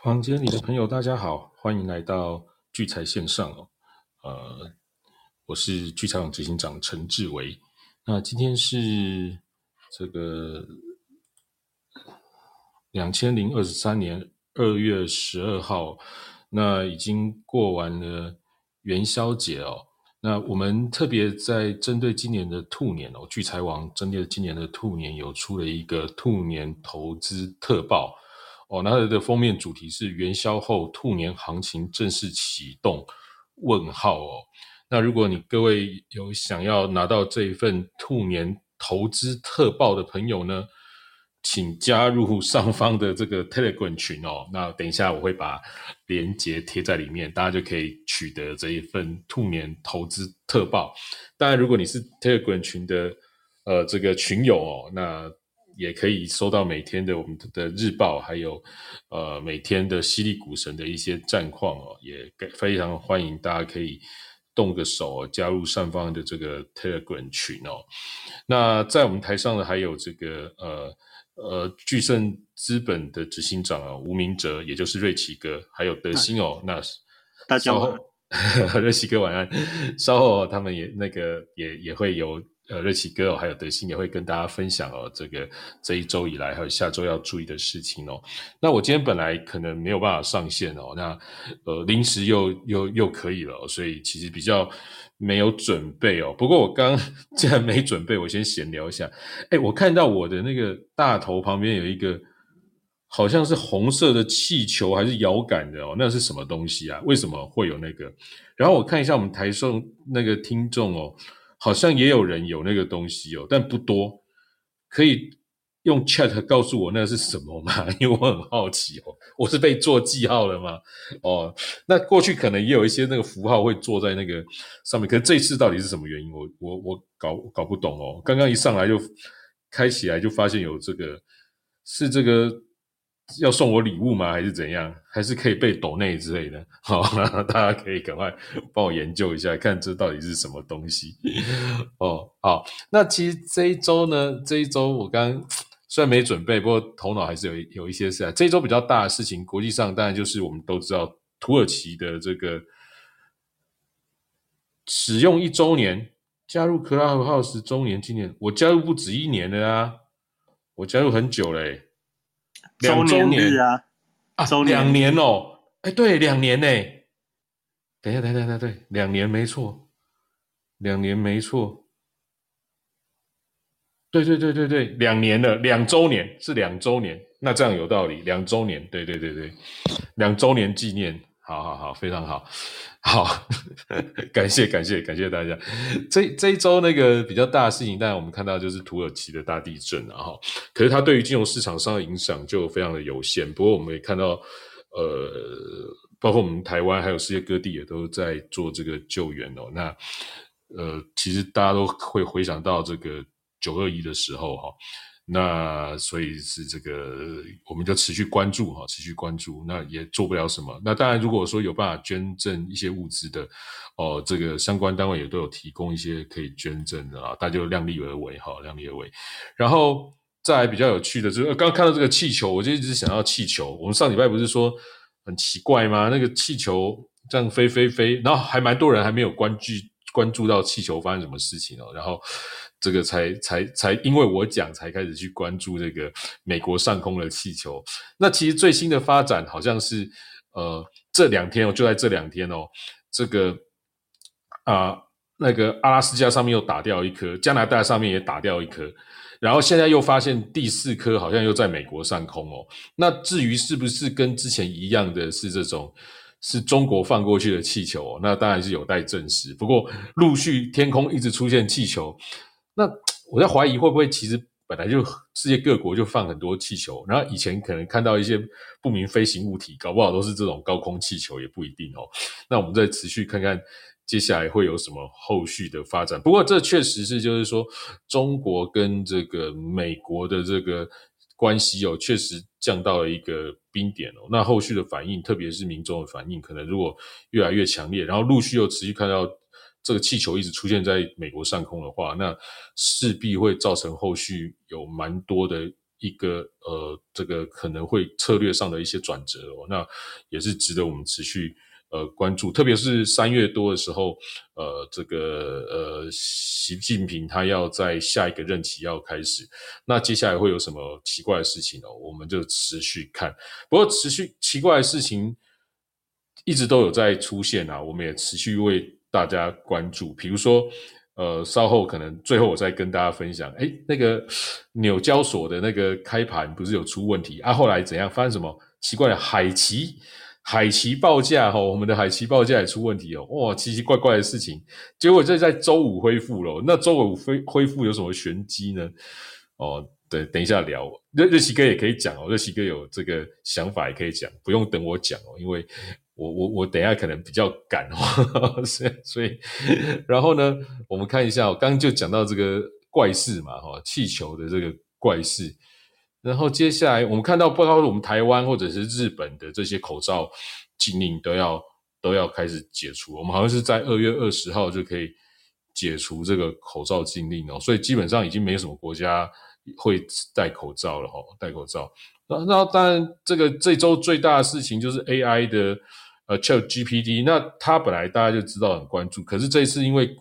房间里的朋友，大家好，欢迎来到聚财线上哦。我是聚财网执行长陈志维。那今天是这个2023年2月12号，那已经过完了元宵节哦。那我们特别在针对今年的兔年哦，聚财网针对今年的兔年有出了一个兔年投资特报哦，那它的封面主题是元宵后兔年行情正式启动？问号哦。那如果你各位有想要拿到这一份兔年投资特报的朋友呢，请加入上方的这个 Telegram 群哦。那等一下我会把连结贴在里面，大家就可以取得这一份兔年投资特报。当然，如果你是 Telegram 群的这个群友哦，那也可以收到每天的我们的日报，还有每天的犀利股神的一些战况哦，也非常欢迎大家可以动个手哦，加入上方的这个 Telegram 群哦。那在我们台上的还有这个巨盛资本的执行长啊吴明哲，也就是瑞奇哥，还有德兴哦。那稍大家晚安。 后瑞奇哥晚安。稍后他们也会有瑞奇哥哦，还有德兴也会跟大家分享哦，这一周以来还有下周要注意的事情哦。那我今天本来可能没有办法上线哦，那临时又可以了哦，所以其实比较没有准备哦。不过我刚既然没准备，我先闲聊一下。我看到我的那个大头旁边有一个好像是红色的气球还是摇杆的哦，那是什么东西啊？为什么会有那个？然后我看一下我们台上那个听众哦，好像也有人有那个东西哦，但不多。可以用 chat 告诉我那是什么吗？因为我很好奇哦，我是被做记号了吗？哦，那过去可能也有一些那个符号会做在那个上面，可是这一次到底是什么原因？我搞不懂哦。刚刚一上来就开起来就发现有这个，是这个要送我礼物吗？还是怎样？还是可以被抖内之类的？好，那大家可以赶快帮我研究一下，看这到底是什么东西。哦，好，那其实这一周呢，这一周我刚虽然没准备，不过头脑还是有一些事啊。这一周比较大的事情，国际上当然就是我们都知道土耳其的这个使用1周年，加入 Clubhouse 周年纪念，我加入不止1年了啊，我加入很久了诶，两周周年年日啊， 啊， 周年 2年日。 哦，对2年呢，等一下，对，两年没错，两年没错，对，2年了，2周年是2周年，那这样有道理，2周年，对，2周年纪念，好，非常好，好，感谢大家。这一周那个比较大的事情，当然我们看到就是土耳其的大地震，然后可是它对于金融市场上的影响就非常的有限。不过我们也看到，包括我们台湾还有世界各地也都在做这个救援哦。那其实大家都会回想到这个921的时候哈，那所以是这个我们就持续关注哈，持续关注，那也做不了什么。那当然，如果说有办法捐赠一些物资的哦，这个相关单位也都有提供一些可以捐赠的啊，大家就量力而为哈，量力而为。然后再来比较有趣的就是刚刚看到这个气球，我就一直想要气球。我们上礼拜不是说很奇怪吗？那个气球这样飞，然后还蛮多人还没有关注到气球发生什么事情哦，然后这个才因为我讲才开始去关注这个美国上空的气球。那其实最新的发展好像是这两天哦，就在这两天哦，这个那个阿拉斯加上面又打掉一颗，加拿大上面也打掉一颗。然后现在又发现第4颗好像又在美国上空哦。那至于是不是跟之前一样的是这种是中国放过去的气球哦，那当然是有待证实。不过陆续天空一直出现气球，那我在怀疑会不会其实本来就世界各国就放很多气球，然后以前可能看到一些不明飞行物体，搞不好都是这种高空气球，也不一定哦。那我们再持续看看接下来会有什么后续的发展。不过这确实是就是说中国跟这个美国的这个关系哦，确实降到了一个冰点哦。那后续的反应，特别是民众的反应，可能如果越来越强烈，然后陆续又持续看到这个气球一直出现在美国上空的话，那势必会造成后续有蛮多的一个这个可能会策略上的一些转折哦，那也是值得我们持续关注，特别是3月多的时候，这个习近平他要在下一个任期要开始，那接下来会有什么奇怪的事情哦，我们就持续看。不过持续奇怪的事情一直都有在出现啊，我们也持续为大家关注。比如说，稍后可能最后我再跟大家分享，那个纽交所的那个开盘不是有出问题啊？后来怎样？发生什么奇怪的海期报价我们的海期报价也出问题哦，哇，奇奇怪怪的事情。结果这在周五恢复了，那周五恢复有什么玄机呢？哦，对，等一下聊。日期哥也可以讲哦，日期哥有这个想法也可以讲，不用等我讲哦，因为我等一下可能比较赶哦，所以然后呢，我们看一下刚刚就讲到这个怪事嘛，气球的这个怪事。然后接下来我们看到，包括我们台湾或者是日本的这些口罩禁令都要开始解除，我们好像是在2月20号就可以解除这个口罩禁令哦，所以基本上已经没有什么国家会戴口罩了戴口罩。那当然，这周最大的事情就是 AI 的ChatGPT， 那它本来大家就知道很关注，可是这一次因为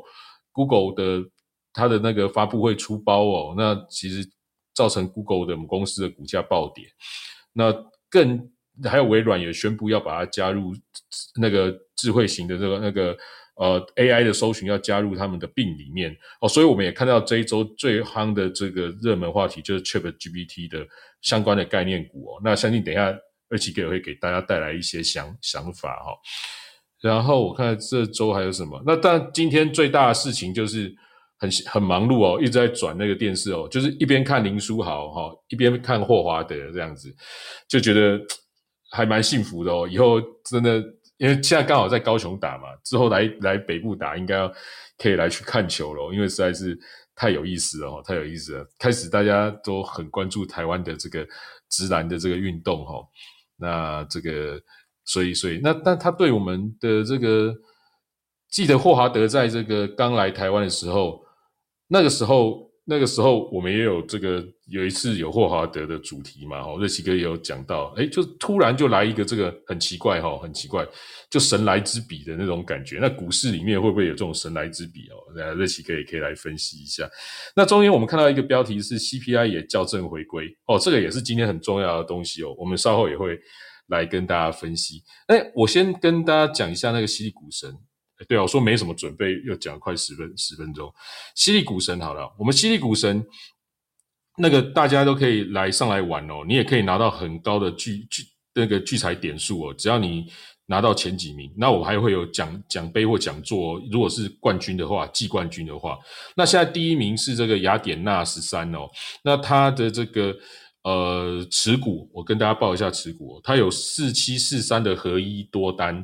Google 的它的那个发布会出包哦，那其实造成 Google 的母公司的股价暴跌，那还有微软也宣布要把它加入那个智慧型的那个AI 的搜寻要加入他们的Bing里面所以我们也看到这一周最夯的这个热门话题就是 ChatGPT 的相关的概念股那相信等一下27K 也会给大家带来一些想法然后我看这周还有什么，那但今天最大的事情就是很忙碌一直在转那个电视就是一边看林书豪一边看霍华德这样子，就觉得还蛮幸福的以后真的因为现在刚好在高雄打嘛，之后来北部打应该可以来去看球了因为实在是太有意思了太有意思了，开始大家都很关注台湾的这个直男的这个运动那这个所以但他对我们的这个记得霍华德在这个刚来台湾的时候，那个时候我们也有有一次有霍华德的主题嘛瑞奇哥也有讲到就突然就来一个这个很奇怪很奇怪，就神来之笔的那种感觉，那股市里面会不会有这种神来之笔瑞奇哥也可以来分析一下。那中间我们看到一个标题是 CPI 也校正回归这个也是今天很重要的东西我们稍后也会来跟大家分析。我先跟大家讲一下那个犀利股神。对我说没什么准备，又讲快10分钟。犀利股神好了，我们犀利股神那个大家都可以上来玩你也可以拿到很高的那个聚财点数只要你拿到前几名，那我还会有奖杯或讲座如果是冠军的话，季冠军的话，那现在第一名是这个雅典娜13那他的这个持股，我跟大家报一下持股他有4743的合一多单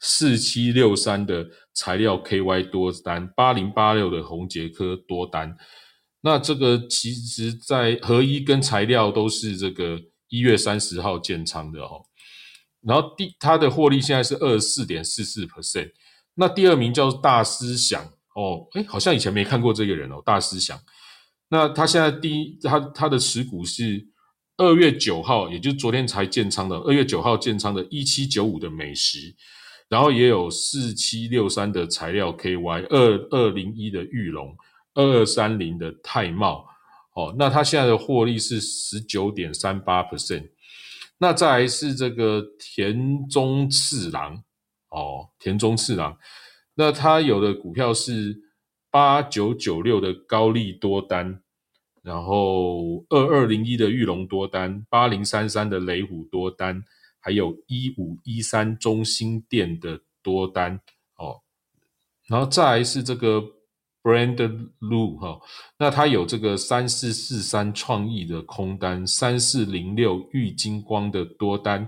，4763的材料 KY 多单，8086的宏捷科多单。那这个其实在合一跟材料都是这个1月30号建仓的然后它的获利现在是 24.44%。那第二名叫大思想好像以前没看过这个人大思想。那他现在他的持股是2月9号，也就是昨天才建仓的2月9号建仓的1795的美食，然后也有4763的材料 KY，2201 的玉龙，2230的泰茂那他现在的获利是 19.38%。那再来是这个田中次郎田中次郎，那他有的股票是8996的高利多单，然后2201的玉龙多单，8033的雷虎多单，还有1513中兴电的多单然后再来是这个 Brand Lu 那他有这个3443创意的空单，3406玉金光的多单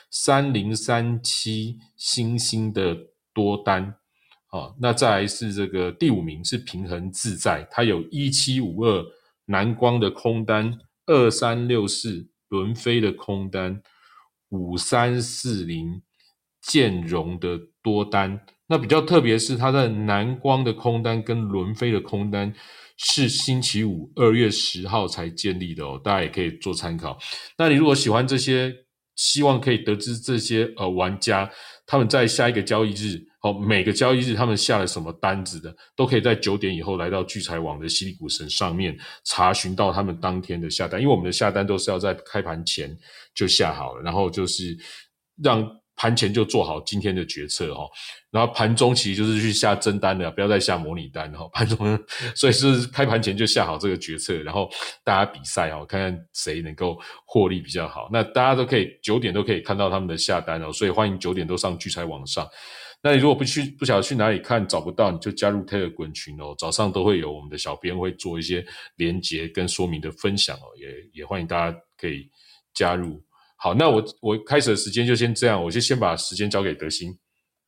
，3037星星的多单那再来是这个第5名是平衡自在，他有1752南光的空单，2364轮飞的空单，5340建荣的多单。那比较特别是他在南光的空单跟轮飞的空单是星期五2月10号才建立的哦，大家也可以做参考。那你如果喜欢这些，希望可以得知这些玩家他们在下一个交易日每个交易日他们下了什么单子的，都可以在9点以后来到聚财网的犀利股神上面查询到他们当天的下单，因为我们的下单都是要在开盘前就下好了，然后就是让盘前就做好今天的决策然后盘中其实就是去下真单的，不要再下模拟单盘中所以是开盘前就下好这个决策，然后大家比赛看看谁能够获利比较好。那大家都可以9点都可以看到他们的下单所以欢迎9点都上聚财网上。那你如果不晓得去哪里看找不到，你就加入 Telegram 群早上都会有我们的小编会做一些连结跟说明的分享也欢迎大家可以加入。好，那我开始的时间就先这样，我就先把时间交给德兴。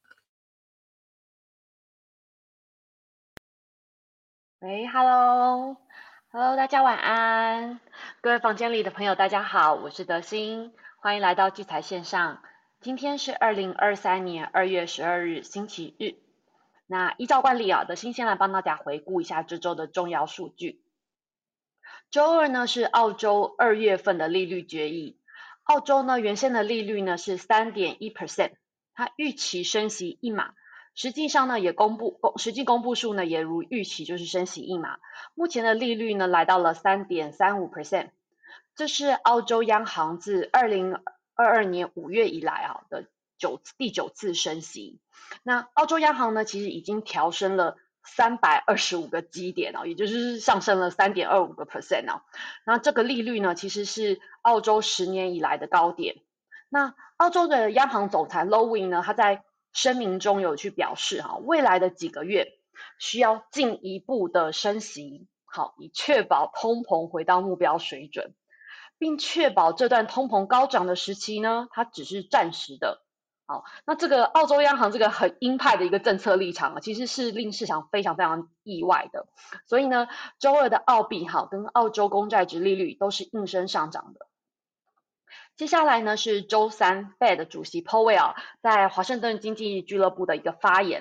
喂，Hello，大家晚安，各位房间里的朋友，大家好，我是德兴，欢迎来到聚财线上。今天是2023年2月12日，星期日。那依照惯例德兴先来帮大家回顾一下这周的重要数据。周二呢是澳洲2月份的利率决议，澳洲呢原先的利率呢是 3.1%， 它预期升息1码。实际上呢，实际公布数呢也如预期，就是升息1码。目前的利率呢来到了 3.35%， 这是澳洲央行自2022年5月以来的第9次升息。那澳洲央行呢其实已经调升了325个基点也就是上升了 3.25%那这个利率呢其实是澳洲10年以来的高点。那澳洲的央行总裁 Lowy 呢，他在声明中有去表示未来的几个月需要进一步的升息，以确保通膨回到目标水准，并确保这段通膨高涨的时期呢，它只是暂时的。那这个澳洲央行这个很鹰派的一个政策立场其实是令市场非常非常意外的。所以呢，周二的澳币跟澳洲公债殖利率都是应声上涨的。接下来呢是周三 Fed 主席 Powell 在华盛顿经济俱乐部的一个发言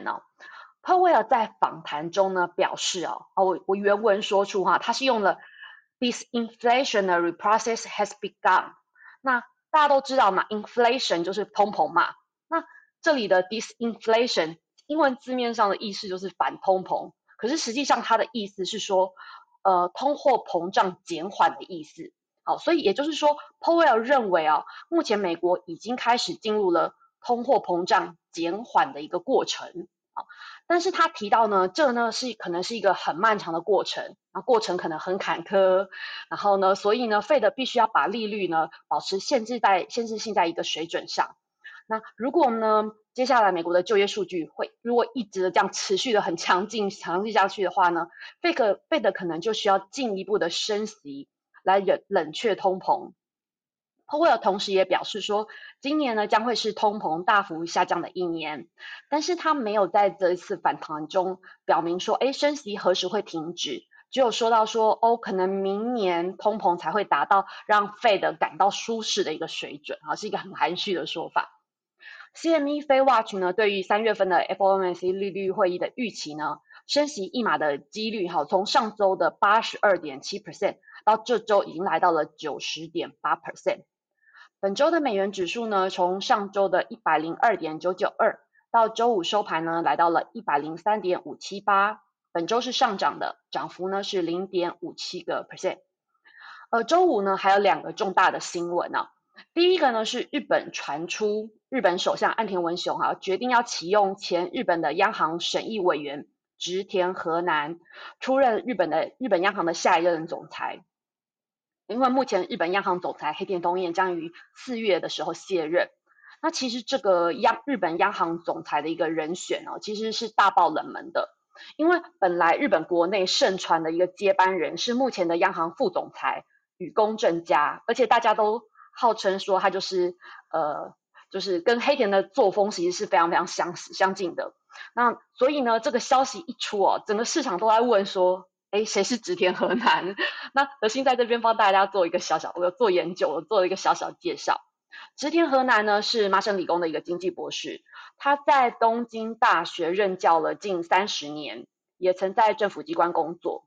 Powell 在访谈中呢表示我原文说出他是用了 disinflationary process has begun。 那大家都知道嘛， inflation 就是通膨嘛，那这里的 disinflation 英文字面上的意思就是反通膨，可是实际上它的意思是说通货膨胀减缓的意思。所以也就是说 Powell 认为目前美国已经开始进入了通货膨胀减缓的一个过程。但是他提到呢，这呢可能是一个很漫长的过程，过程可能很坎坷，然后呢，所以呢 Fed 必须要把利率呢保持限制性在一个水准上。那如果呢接下来美国的就业数据如果一直这样持续的很强劲下去的话呢， Fed 可能就需要进一步的升息来冷却通膨。Powell 同时也表示说，今年呢将会是通膨大幅下降的一年，但是他没有在这一次访谈中表明说，升息何时会停止，只有说到说，可能明年通膨才会达到让 Fed 感到舒适的一个水准，是一个很含蓄的说法。CME FedWatch 呢对于3月份的 FOMC 利率会议的预期呢，升息1码的几率从上周的 82.7% 到这周已经来到了 90.8%。本周的美元指数呢，从上周的 102.992 到周五收盘呢，来到了 103.578， 本周是上涨的，涨幅呢是 0.57%。周五呢还有2个重大的新闻第一个呢是日本传出日本首相岸田文雄决定要启用前日本的央行审议委员植田和男出任日本央行的下一任总裁。因为目前日本央行总裁黑田东彦将于4月的时候卸任。那其实这个日本央行总裁的一个人选其实是大爆冷门的。因为本来日本国内盛传的一个接班人是目前的央行副总裁雨宫正佳，而且大家都号称说他就是跟黑田的作风其实是非常非常相近的。那所以呢这个消息一出整个市场都在问说谁是植田和男？那德兴在这边帮大家做一个我有做研究，我做了一个小小介绍。植田和男呢是麻省理工的一个经济博士，他在东京大学任教了近30年，也曾在政府机关工作。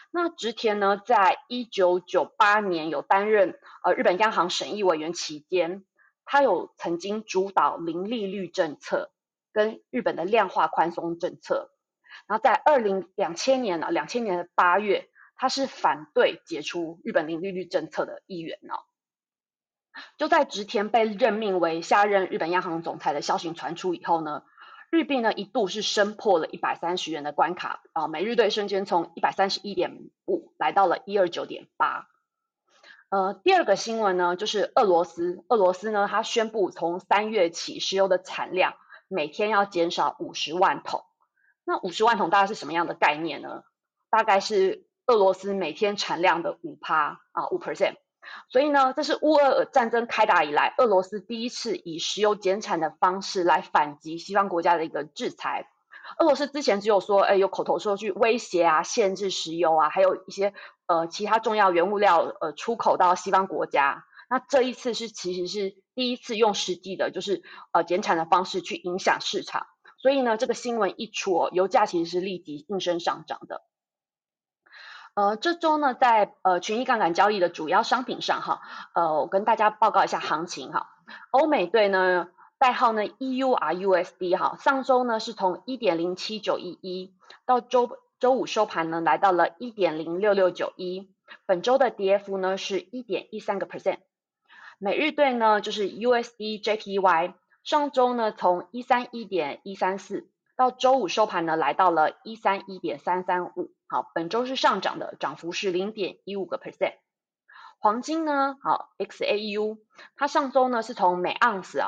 那植田呢，在1998年有担任日本央行审议委员期间，他有曾经主导零利率政策跟日本的量化宽松政策。然后在2000年的8月，他是反对解除日本零利率政策的议员哦。就在植田被任命为下任日本央行总裁的消息传出以后呢，日币呢一度是升破了130元的关卡啊，每日兑瞬间从131.5来到了129.8。第二个新闻呢，就是俄罗斯呢，它宣布从3月起，石油的产量每天要减少50万桶。那50万桶大概是什么样的概念呢？大概是俄罗斯每天产量的5%。所以呢，这是乌俄战争开打以来，俄罗斯第一次以石油减产的方式来反击西方国家的一个制裁。俄罗斯之前只有说，有口头说去威胁啊、限制石油啊，还有一些其他重要原物料出口到西方国家。那这一次其实是第一次用实际的，就是减产的方式去影响市场。所以呢，这个新闻一出油价其实是立即应声上涨的。这周呢，在权益杠杆交易的主要商品上哈，我跟大家报告一下行情哈。欧美队呢，代号呢 EURUSD 哈，上周呢是从1.07911到周五收盘呢来到了1.06691，本周的跌幅呢是1.13%。美日队呢就是 USD/JPY， 上周呢从131.134。到周五收盘呢，来到了131.335，好，本周是上涨的，涨幅是0.15%。黄金呢，好 XAU， 它上周呢是从每盎司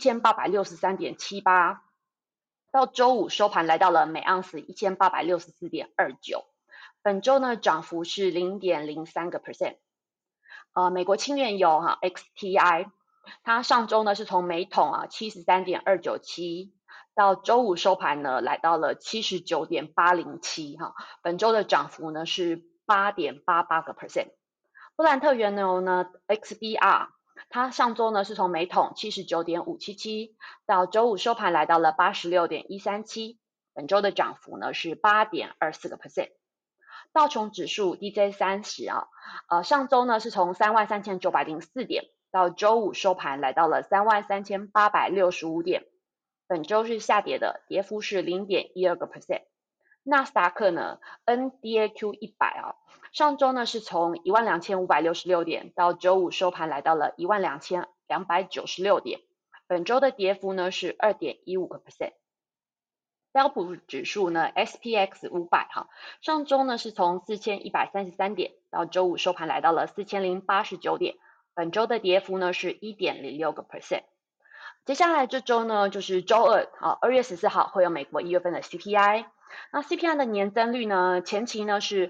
1863.78，到周五收盘来到了每盎司1864.29，本周呢涨幅是0.03%。美国轻原油XTI， 它上周呢是从每桶73.297。到周五收盘呢，来到了79.807哈，本周的涨幅呢是8.88%。布兰特原油呢 XBR， 它上周呢是从每桶79.577，到周五收盘来到了86.137，本周的涨幅呢是8.24%。道琼指数 DJ30上周呢是从33,904点，到周五收盘来到了33,865点。本周是下跌的，跌幅是0.12%。纳斯达克呢 NDAQ100上周呢是从12,566点，到周五收盘来到了12,296点，本周的跌幅呢是2.15%。标普指数呢 SPX 500上周呢是从4133点，到周五收盘来到了4089点，本周的跌幅呢是1.06%。接下来这周呢，就是周二，2月14号会有美国1月份的 CPI。那 CPI 的年增率呢，前期呢是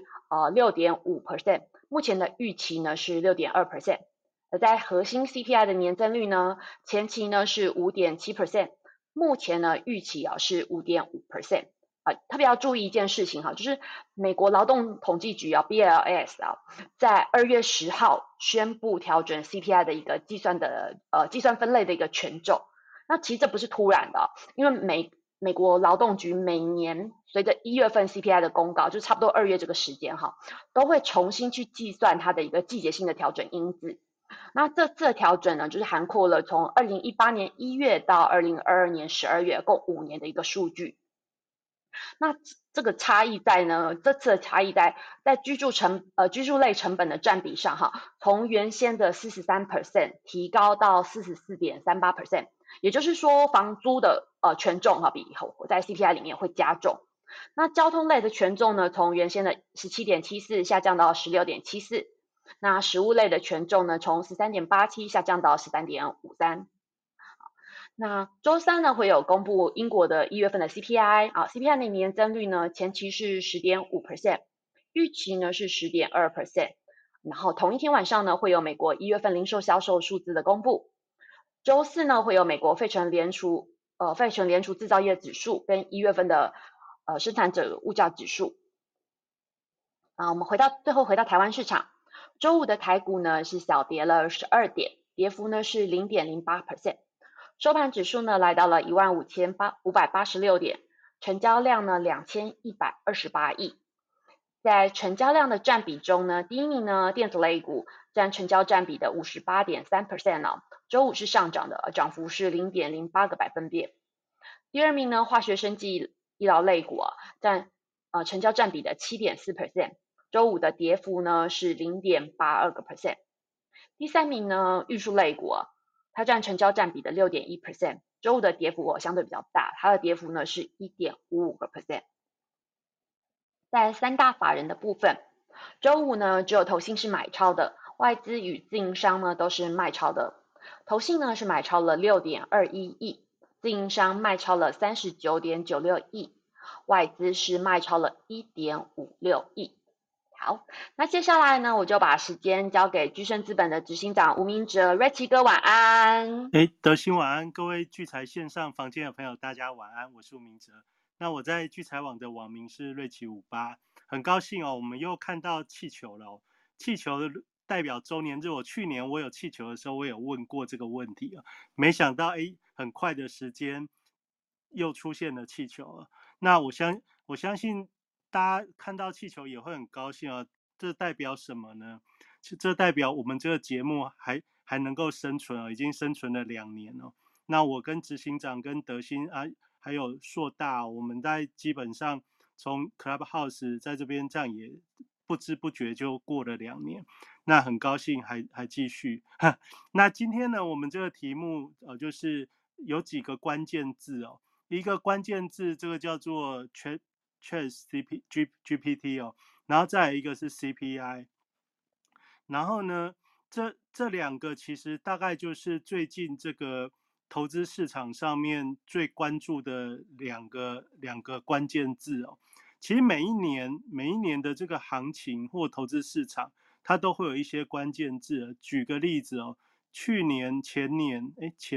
6.5%，目前的预期呢是6.2%。而在核心 CPI 的年增率呢，前期呢是5.7%，目前呢预期是5.5%。特别要注意一件事情就是美国劳动统计局BLS在2月10号宣布调整 CPI 的一个计算分类的一个权重。那其实这不是突然的因为美国劳动局每年随着1月份 CPI 的公告，就差不多2月这个时间都会重新去计算它的一个季节性的调整因子。那这次的调整呢，就是涵括了从2018年1月到2022年12月共5年的一个数据。那这个差异在呢，这次的差异在居住类成本的占比上从原先的43% 提高到44.38%，也就是说房租的权重比在 CPI 里面会加重。那交通类的权重呢，从原先的17.74下降到16.74，那食物类的权重呢，从13.87下降到13.53。那周三呢会有公布英国的1月份的 CPI，CPI 的年增率呢前期是10.5%，预期呢是10.2%。然后同一天晚上呢会有美国1月份零售销售数字的公布。周四呢会有美国费城联储制造业指数跟1月份的生产者物价指数。我们最后回到台湾市场，周五的台股呢是小跌了12点，跌幅呢是0.08%。收盘指数呢来到了15586点，成交量呢2128亿。 在成交量的占比中呢，第一名呢电子类股占成交占比的 58.3% 哦，周五是上涨的，涨幅是 0.08个百分点。第二名呢化学生技医疗类股占成交占比的 7.4%， 周五的跌幅呢是 0.82个%。第三名呢运输类股它占成交占比的 6.1%， 周五的跌幅相对比较大，它的跌幅呢是 1.55个%。在三大法人的部分，周五呢只有投信是买超的，外资与自营商呢都是卖超的。投信呢是买超了 6.21 亿，自营商卖超了 39.96 亿，外资是卖超了 1.56 亿。好，那接下来呢，我就把时间交给居盛资本的执行长吴明哲，瑞奇哥晚安。 德兴晚安，各位聚财线上房间的朋友，大家晚安，我是吴明哲。那我在聚财网的网名是瑞奇58，很高兴我们又看到气球了气球代表周年日，去年我有气球的时候，我有问过这个问题没想到很快的时间又出现了气球那我相信大家看到气球也会很高兴这代表什么呢？这代表我们这个节目还能够生存已经生存了2年那我跟执行长跟德兴还有硕大，我们基本上从 Clubhouse 在这边这样也不知不觉就过了2年，那很高兴还继续。那今天呢，我们这个题目就是有几个关键字一个关键字这个叫做 GPT 然后再来一个是 CPI。然后呢，这两个其实大概就是最近这个投资市场上面最关注的两个关键字其实每一年的这个行情或投资市场，它都会有一些关键字举个例子去年、前年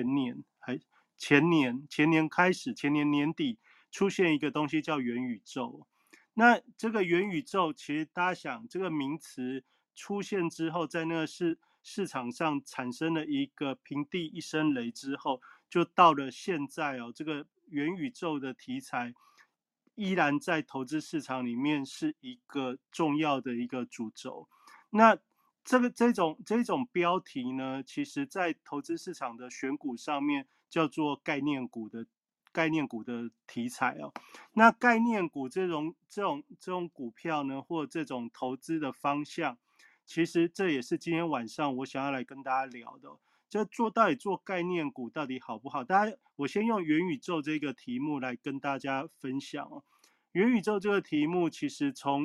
开始，前年年底出现一个东西叫元宇宙。那这个元宇宙，其实大家想，这个名词出现之后，在那个市场上产生了一个平地一声雷之后，就到了现在这个元宇宙的题材依然在投资市场里面是一个重要的一个主轴。那这种标题呢，其实在投资市场的选股上面叫做概念股的题材那概念股这种股票呢，或这种投资的方向，其实这也是今天晚上我想要来跟大家聊的这到底做概念股到底好不好？我先用元宇宙这个题目来跟大家分享元宇宙这个题目其实从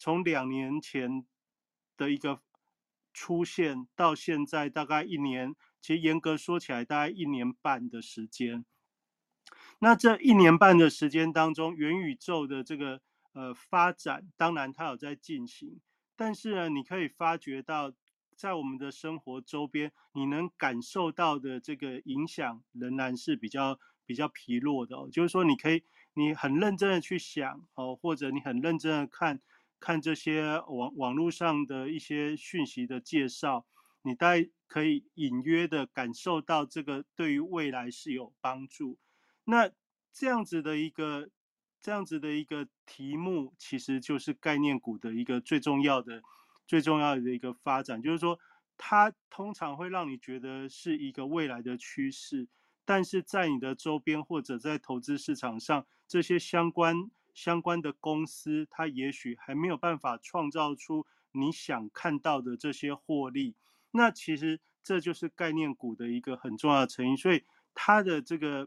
2年前的一个出现到现在大概1年，其实严格说起来大概1年半的时间。那这1年半的时间当中，元宇宙的这个发展，当然它有在进行，但是呢，你可以发觉到，在我们的生活周边，你能感受到的这个影响仍然是比较疲弱的就是说，你很认真的去想或者你很认真的看这些网络上的一些讯息的介绍，你大概可以隐约的感受到这个对于未来是有帮助。那这样子的一个题目，其实就是概念股的一个最重要的一个发展，就是说它通常会让你觉得是一个未来的趋势，但是在你的周边或者在投资市场上，这些相关的公司，它也许还没有办法创造出你想看到的这些获利。那其实这就是概念股的一个很重要的成因，所以它的这个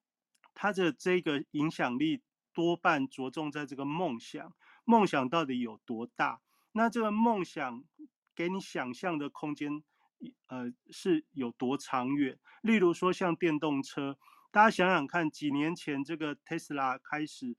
影响力多半着重在这个梦想到底有多大？那这个梦想给你想象的空间是有多长远？例如说像电动车，大家想想看，几年前这个 Tesla 开始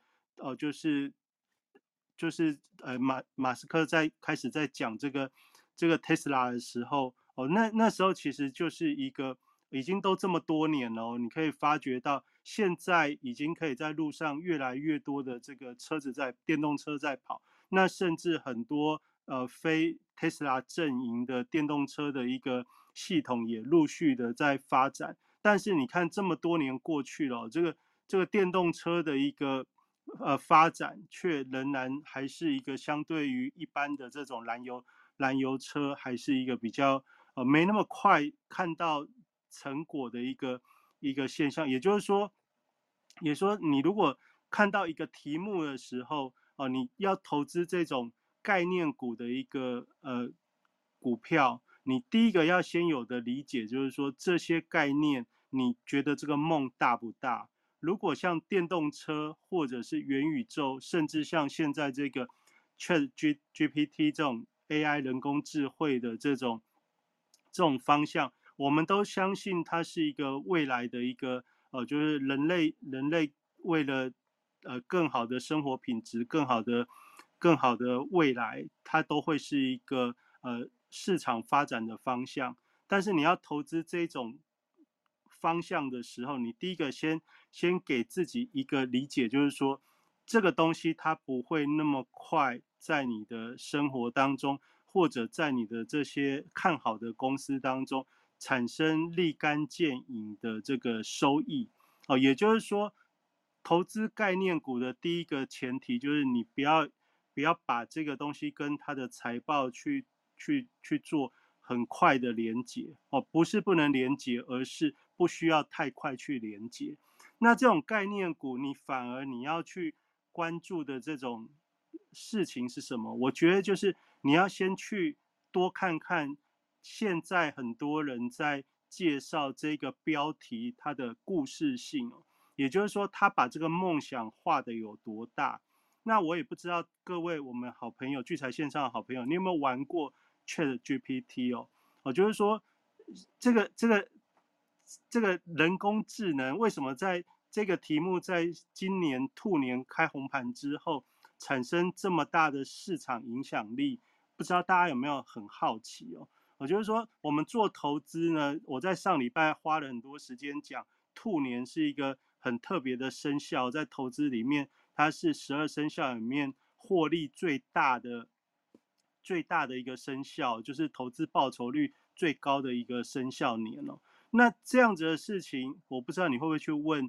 马斯克开始在讲这个 Tesla 的时候那时候其实就是一个已经都这么多年了你可以发觉到现在已经可以在路上越来越多的这个电动车在跑，那甚至很多非 Tesla 阵营的电动车的一个系统也陆续的在发展。但是你看这么多年过去了这个电动车的一个发展，却仍然还是一个相对于一般的这种燃油车，还是一个比较没那么快看到成果的一个现象。也说你如果看到一个题目的时候，你要投资这种概念股的一个股票，你第一个要先有的理解就是说这些概念，你觉得这个梦大不大？如果像电动车或者是元宇宙，甚至像现在这个 ChatGPT 这种 AI 人工智慧的这种方向，我们都相信它是一个未来的一个就是人类为了更好的生活品质、更好的未来，它都会是一个市场发展的方向。但是你要投资这种方向的时候，你第一个先给自己一个理解，就是说这个东西它不会那么快在你的生活当中，或者在你的这些看好的公司当中产生立竿见影的这个收益。也就是说，投资概念股的第一个前提就是你不要把这个东西跟它的财报去做很快的连接。不是不能连接，而是不需要太快去连接。那这种概念股，反而你要去关注的这种事情是什么？我觉得就是你要先去多看看现在很多人在介绍这个标题它的故事性。也就是说他把这个梦想画的有多大。那我也不知道各位我们好朋友聚财线上的好朋友，你有没有玩过 ChatGPT 就是说这个人工智能为什么在这个题目在今年兔年开红盘之后产生这么大的市场影响力？不知道大家有没有很好奇我就是说我们做投资呢，我在上礼拜花了很多时间讲兔年是一个很特别的生肖，在投资里面它是12生肖里面获利最大的一个生肖，就是投资报酬率最高的一个生肖年那这样子的事情，我不知道你会不会去问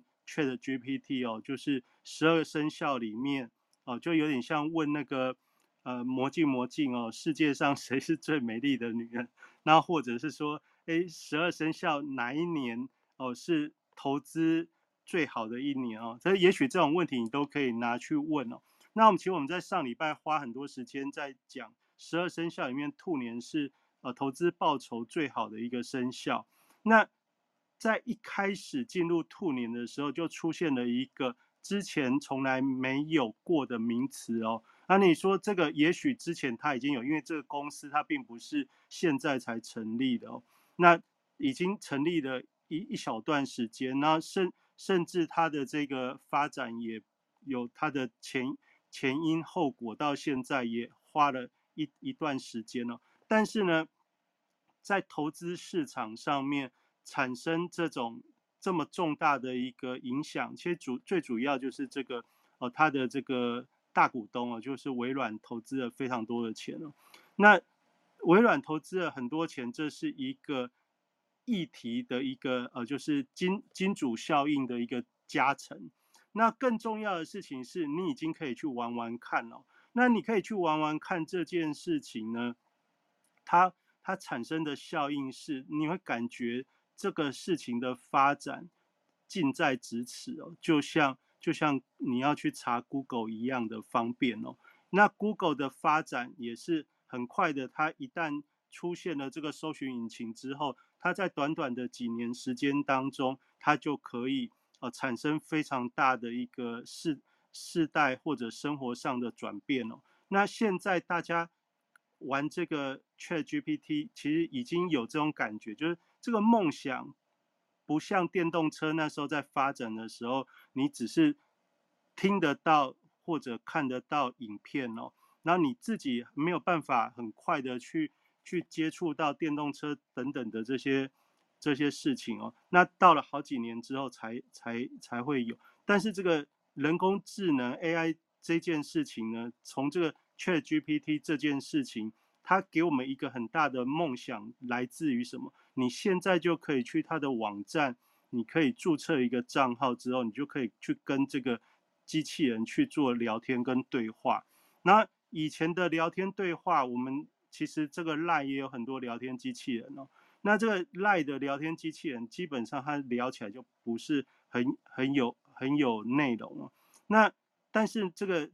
ChatGPT 就是12生肖里面就有点像问那个魔镜世界上谁是最美丽的女人？然后或者是说12生肖哪一年是投资最好的一年所以也许这种问题你都可以拿去问那其实我们在上礼拜花很多时间在讲12生肖里面兔年是投资报酬最好的一个生肖。那在一开始进入兔年的时候，就出现了一个之前从来没有过的名词那你说这个也许之前它已经有，因为这个公司它并不是现在才成立的那已经成立了一小段时间，那甚至它的这个发展也有它的前因后果，到现在也花了一段时间但是呢，在投资市场上面产生这么重大的一个影响，其实最主要就是这个它的这个大股东就是微软投资了非常多的钱那微软投资了很多钱，这是一个议题的一个就是金主效应的一个加成。那更重要的事情是你已经可以去玩玩看那你可以去玩玩看这件事情呢，它产生的效应是你会感觉这个事情的发展近在咫尺就像你要去查 Google 一样的方便那 Google 的发展也是很快的，它一旦出现了这个搜寻引擎之后，它在短短的几年时间当中，它就可以产生非常大的一个世代或者生活上的转变那现在大家玩这个 ChatGPT，其实已经有这种感觉，就是这个梦想不像电动车那时候在发展的时候，你只是听得到或者看得到影片然后你自己没有办法很快的去接触到电动车等等的这些事情那到了好几年之后才会有。但是这个人工智能 AI 这件事情呢，从这个 ChatGPT 这件事情，它给我们一个很大的梦想，来自于什么？你现在就可以去它的网站，你可以注册一个账号之后，你就可以去跟这个机器人去做聊天跟对话。那以前的聊天对话，我们其实这个 LINE 也有很多聊天机器人哦。那这个 LINE 的聊天机器人，基本上它聊起来就不是很有内容哦。那但是这个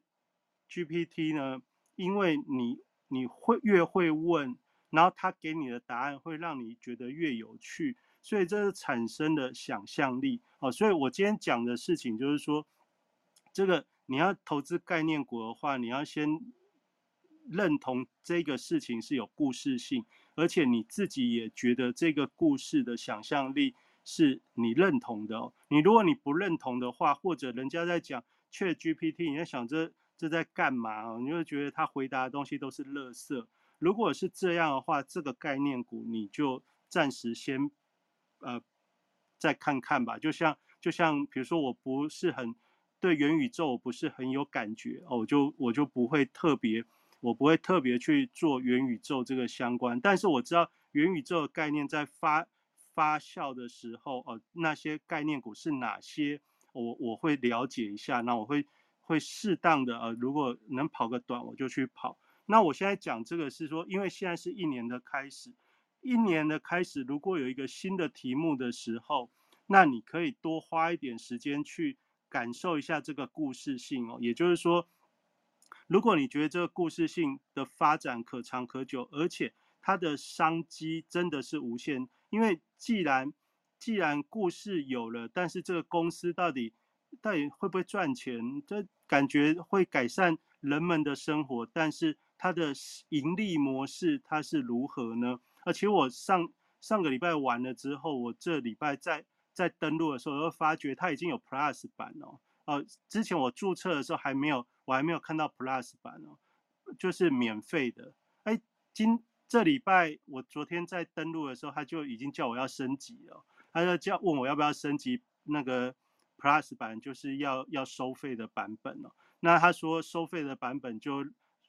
ChatGPT 呢，因为你越会问，然后它给你的答案会让你觉得越有趣，所以这是产生了想象力哦。所以我今天讲的事情就是说，这个你要投资概念股的话，你要先认同这个事情是有故事性，而且你自己也觉得这个故事的想象力是你认同的哦。如果你不认同的话，或者人家在讲 ChatGPT， 你在想这在干嘛哦？你会觉得他回答的东西都是垃圾。如果是这样的话，这个概念股你就暂时先再看看吧。就像比如说，我不是很对元宇宙我不是很有感觉哦，我就不会特别去做元宇宙这个相关。但是我知道元宇宙的概念在发酵的时候，那些概念股是哪些，我会了解一下，那我会适当的如果能跑个短，我就去跑。那我现在讲这个是说，因为现在是一年的开始，一年的开始，如果有一个新的题目的时候，那你可以多花一点时间去感受一下这个故事性哦。也就是说，如果你觉得这个故事性的发展可长可久，而且它的商机真的是无限，因为既然故事有了，但是这个公司到底会不会赚钱？这感觉会改善人们的生活，但是它的盈利模式它是如何呢？而且我上个礼拜完了之后，我这礼拜在登录的时候，我会发觉它已经有 Plus 版哦。之前我注册的时候我还没有看到 Plus 版哦，就是免费的。哎，这礼拜我昨天在登录的时候，他就已经叫我要升级了，他就问我要不要升级那个 Plus 版，就是要收费的版本哦。那他说收费的版本就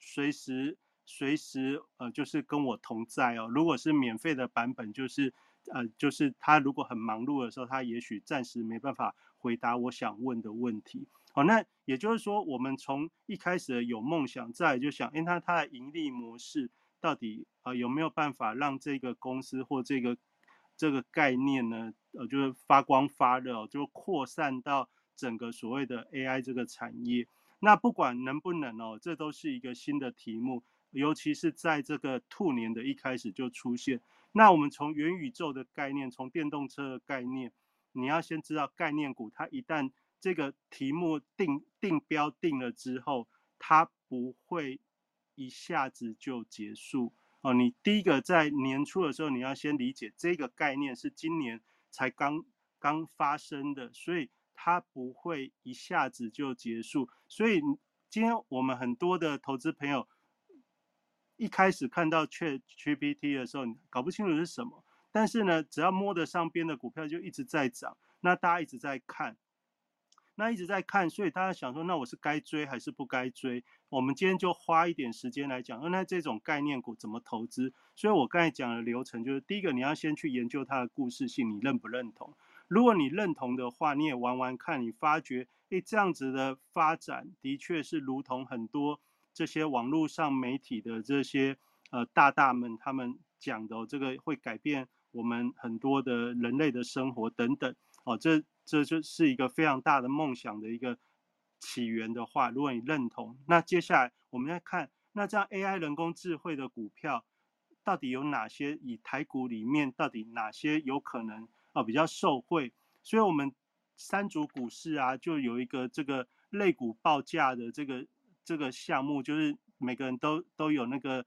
随时就是跟我同在哦。如果是免费的版本，就是他如果很忙碌的时候，他也许暂时没办法回答我想问的问题。好，那也就是说，我们从一开始有梦想，再来就想，它的盈利模式到底有没有办法让这个公司或这个概念呢，就是发光发热，就扩散到整个所谓的 AI 这个产业。那不管能不能哦，这都是一个新的题目，尤其是在这个兔年的一开始就出现。那我们从元宇宙的概念，从电动车的概念，你要先知道概念股，它一旦这个题目定标定了之后，它不会一下子就结束哦。你第一个在年初的时候，你要先理解这个概念是今年才刚发生的，所以它不会一下子就结束。所以今天我们很多的投资朋友一开始看到 ChatGPT 的时候，你搞不清楚是什么，但是呢，只要摸得上边的股票就一直在涨，那大家一直在看，所以大家想说，那我是该追还是不该追？我们今天就花一点时间来讲，那这种概念股怎么投资？所以我刚才讲的流程就是，第一个你要先去研究它的故事性，你认不认同？如果你认同的话，你也玩玩看，你发觉，这样子的发展的确是如同很多这些网络上媒体的这些大们他们讲的这个会改变我们很多的人类的生活等等。这就是一个非常大的梦想的一个起源的话，如果你认同，那接下来我们再看，那这样 AI 人工智慧的股票到底有哪些？以台股里面到底哪些有可能比较受惠？所以我们三足股市啊，就有一个这个类股报价的这个项目，就是每个人都有那个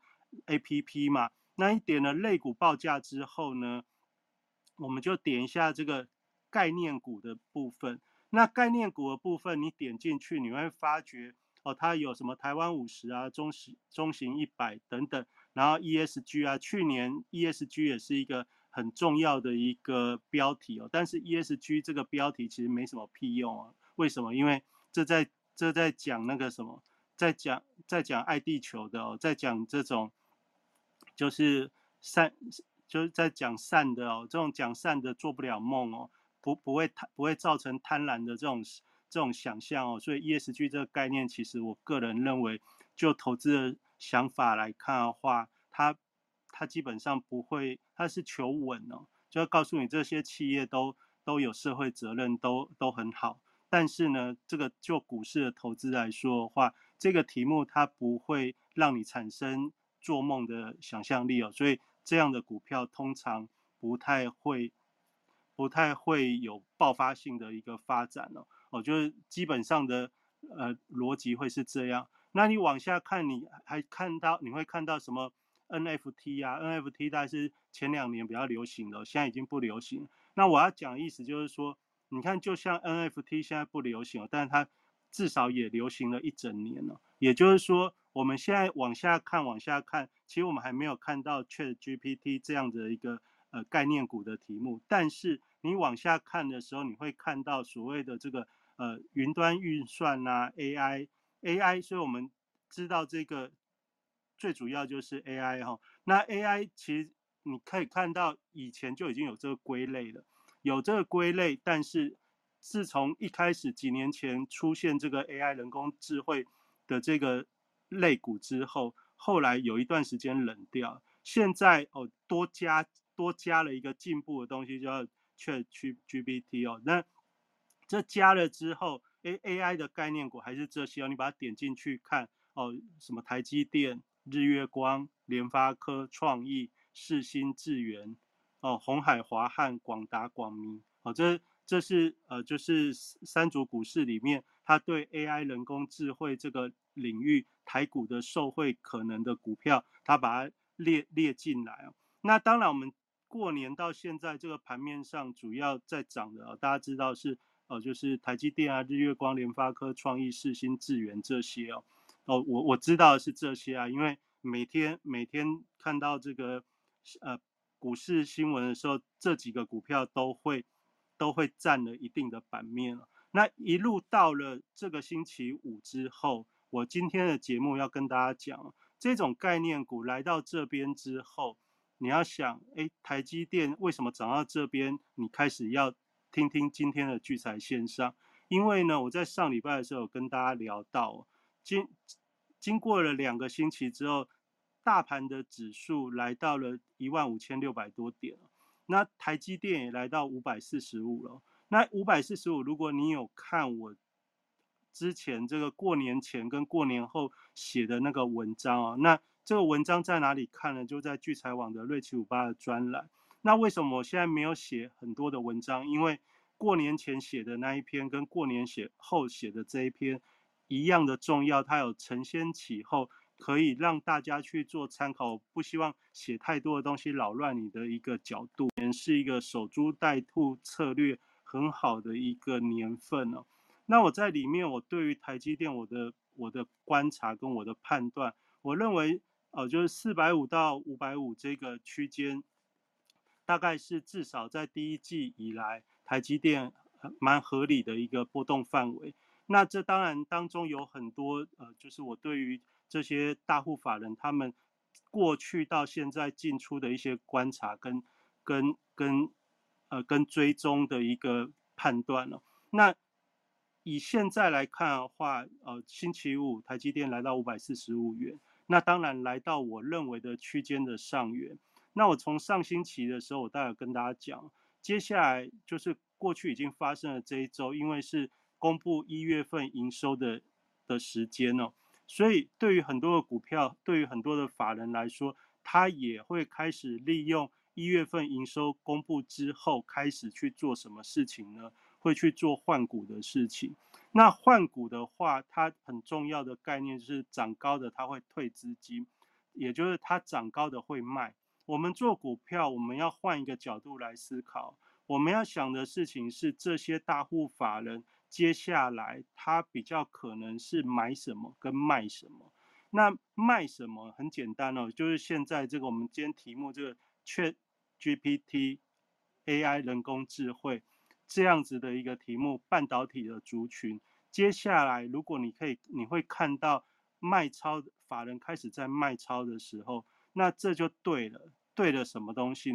APP 嘛。那你点了类股报价之后呢，我们就点一下这个概念股的部分。那概念股的部分，你点进去，你会发觉它有什么台湾50啊、中型100等等，然后 ESG 啊，去年 ESG 也是一个很重要的一个标题哦。但是 ESG 这个标题其实没什么屁用啊。为什么？因为这在讲那个什么，在讲爱地球的哦，在讲这种就是就是在讲善的哦，这种讲善的做不了梦哦，不会造成贪婪的这这种想象哦，所以 ESG 这个概念，其实我个人认为，就投资的想法来看的话，它基本上不会，它是求稳哦，就要告诉你这些企业都有社会责任，都很好。但是呢，这个就股市的投资来说的话，这个题目它不会让你产生做梦的想象力哦，所以这样的股票通常不太会有爆发性的一个发展哦，就是基本上的逻辑会是这样。那你往下看，你会看到什么 NFT 啊？NFT 大概是前2年比较流行的，现在已经不流行。那我要讲的意思就是说，你看，就像 NFT 现在不流行了，但是它至少也流行了1整年了。也就是说，我们现在往下看，其实我们还没有看到 ChatGPT 这样的一个概念股的题目。但是你往下看的时候，你会看到所谓的这个云端运算啊 AI，所以我们知道这个最主要就是 AI 哈。那 AI 其实你可以看到以前就已经有这个归类了。有这个归类，但是自从一开始几年前出现这个 AI 人工智慧的这个类股之后，后来有一段时间冷掉，现在多加了一个进步的东西，叫 ChatGPT 哦。那这加了之后，AI 的概念股还是这些哦，你把它点进去看哦，什么台积电、日月光、联发科、创意、世芯、智原。哦，鸿海、华汉、广达、广明，哦，这是就是三足股市里面，它对 AI 人工智慧这个领域台股的受惠可能的股票，它把它列进来哦。那当然，我们过年到现在这个盘面上主要在涨的，大家知道是就是台积电啊、日月光、联发科、创意、世芯、智原这些哦。我知道的是这些啊，因为每天看到这个股市新闻的时候，这几个股票都会占了一定的版面了。那一路到了这个星期五之后，我今天的节目要跟大家讲，这种概念股来到这边之后，你要想，台积电为什么涨到这边？你开始要听听今天的聚财线上，因为呢，我在上礼拜的时候有跟大家聊到，经过了2个星期之后，大盘的指数来到了15600多点，那台积电也来到545了。那545，如果你有看我之前这个过年前跟过年后写的那个文章啊，那这个文章在哪里看呢？就在聚财网的瑞奇58的专栏。那为什么我现在没有写很多的文章？因为过年前写的那一篇跟过年后写的这一篇一样的重要，它有承先启后，可以让大家去做参考。我不希望写太多的东西扰乱你的一个角度。是一个守株待兔策略很好的一个年份哦。那我在里面，我对于台积电我的观察跟我的判断，我认为就是450到550这个区间，大概是至少在第一季以来台积电蛮合理的一个波动范围。那这当然当中有很多就是我对于这些大户法人他们过去到现在进出的一些观察跟追踪的一个判断了。那以现在来看的话，星期五台积电来到545元，那当然来到我认为的区间的上缘。那我从上星期的时候，我大概跟大家讲，接下来就是过去已经发生了这一周，因为是公布1月份营收的时间哦，所以对于很多的股票，对于很多的法人来说，他也会开始利用1月份营收公布之后，开始去做什么事情呢？会去做换股的事情。那换股的话，它很重要的概念就是涨高的它会退资金，也就是它涨高的会卖。我们做股票，我们要换一个角度来思考，我们要想的事情是这些大户法人接下来他比较可能是买什么跟卖什么。那卖什么很简单哦，就是现在这个我们今天题目这个 ChatGPT AI 人工智慧这样子的一个题目，半导体的族群，接下来如果你会看到卖超法人开始在卖超的时候，那这就对了。对了什么东西呢？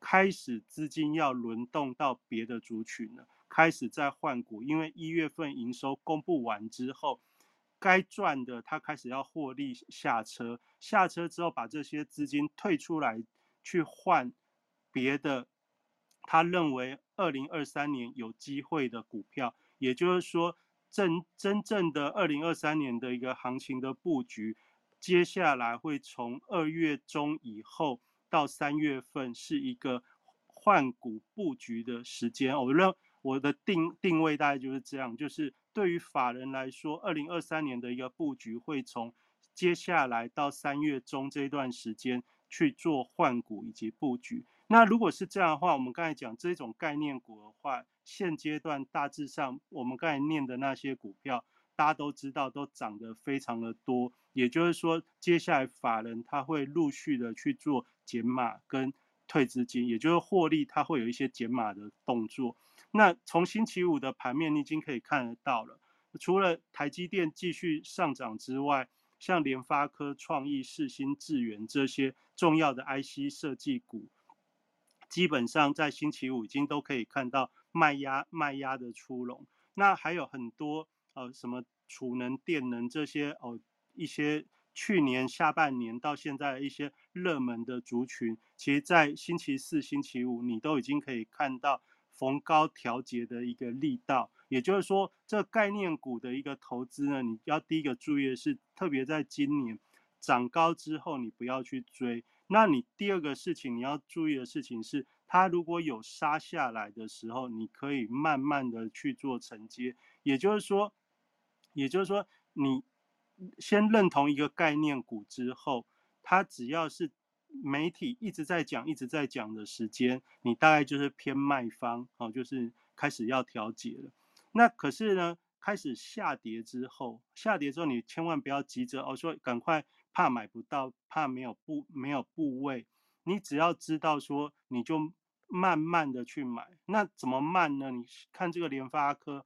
开始资金要轮动到别的族群了，开始在换股，因为1月份营收公布完之后，该赚的他开始要获利下车，下车之后把这些资金退出来去换别的他认为2023年有机会的股票，也就是说真正的2023年的一个行情的布局，接下来会从2月中以后到3月份是一个换股布局的时间。我的定位大概就是这样，就是对于法人来说，2023年的一个布局会从接下来到3月中这一段时间去做换股以及布局。那如果是这样的话，我们刚才讲这种概念股的话，现阶段大致上我们刚才念的那些股票，大家都知道都涨得非常的多，也就是说，接下来法人他会陆续的去做减码跟退资金，也就是获利它会有一些减码的动作。那从星期五的盘面，你已经可以看得到了，除了台积电继续上涨之外，像联发科、创意、世芯、智原这些重要的 IC 设计股，基本上在星期五已经都可以看到卖压的出笼。那还有很多什么储能、电能这些一些去年下半年到现在的一些热门的族群，其实在星期四、星期五你都已经可以看到逢高调节的一个力道。也就是说，这概念股的一个投资呢，你要第一个注意的是，特别在今年涨高之后，你不要去追。那你第二个事情你要注意的事情是，它如果有杀下来的时候，你可以慢慢的去做承接。也就是说，你先认同一个概念股之后，它只要是媒体一直在讲、一直在讲的时间，你大概就是偏卖方，就是开始要调节了。那可是呢，开始下跌之后，你千万不要急着说赶快，怕买不到，怕没有部位，你只要知道说，你就慢慢的去买。那怎么慢呢？你看这个联发科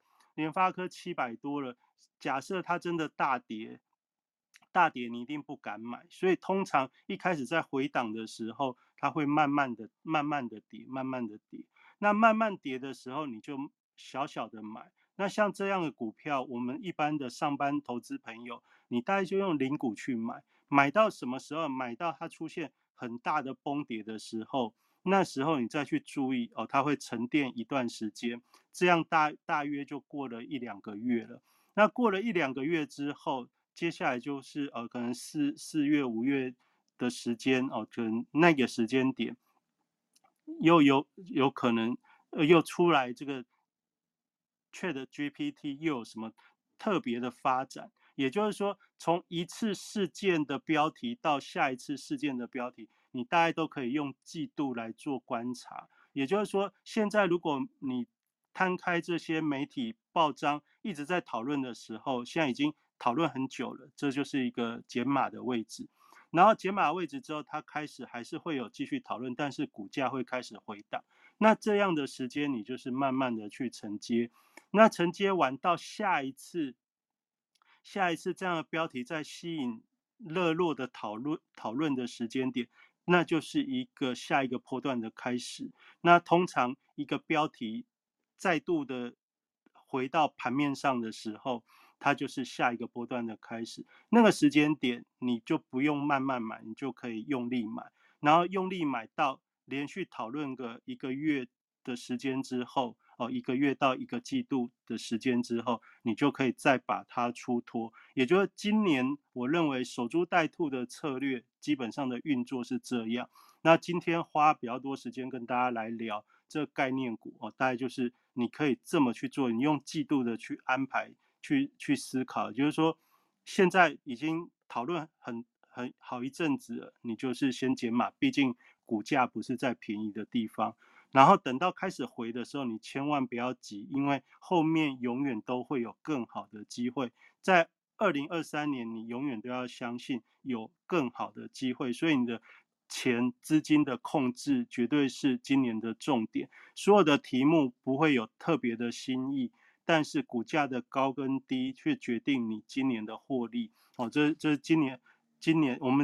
700多了，假设它真的大跌你一定不敢买，所以通常一开始在回档的时候，它会慢慢的跌，那慢慢跌的时候，你就小小的买。那像这样的股票，我们一般的上班投资朋友，你大概就用零股去买，买到什么时候？买到它出现很大的崩跌的时候，那时候你再去注意它会沉淀一段时间，这样大约就过了1-2个月了。那过了1-2个月之后，接下来就是可能4月、5月的时间可能那个时间点又有可能又出来这个 ChatGPT 又有什么特别的发展？也就是说，从一次事件的标题到下一次事件的标题，你大概都可以用季度来做观察。也就是说，现在如果你摊开这些媒体报章一直在讨论的时候，现在已经讨论很久了，这就是一个减码的位置。然后减码位置之后，它开始还是会有继续讨论，但是股价会开始回档。那这样的时间，你就是慢慢的去承接。那承接完到下一次这样的标题再吸引热络的讨论的时间点，那就是下一个波段的开始。那通常一个标题再度的回到盘面上的时候，它就是下一个波段的开始。那个时间点你就不用慢慢买，你就可以用力买，然后用力买到连续讨论个1个月的时间之后，1个月到1个季度的时间之后，你就可以再把它出脱。也就是今年我认为守株待兔的策略基本上的运作是这样。那今天花比较多时间跟大家来聊这个概念股大概就是你可以这么去做，你用季度的去安排去思考，就是说现在已经讨论很好一阵子了，你就是先减码，毕竟股价不是在便宜的地方。然后等到开始回的时候，你千万不要急，因为后面永远都会有更好的机会。在2023年，你永远都要相信有更好的机会，所以你的资金的控制绝对是今年的重点。所有的题目不会有特别的新意，但是股价的高跟低却决定你今年的获利。这是今年我们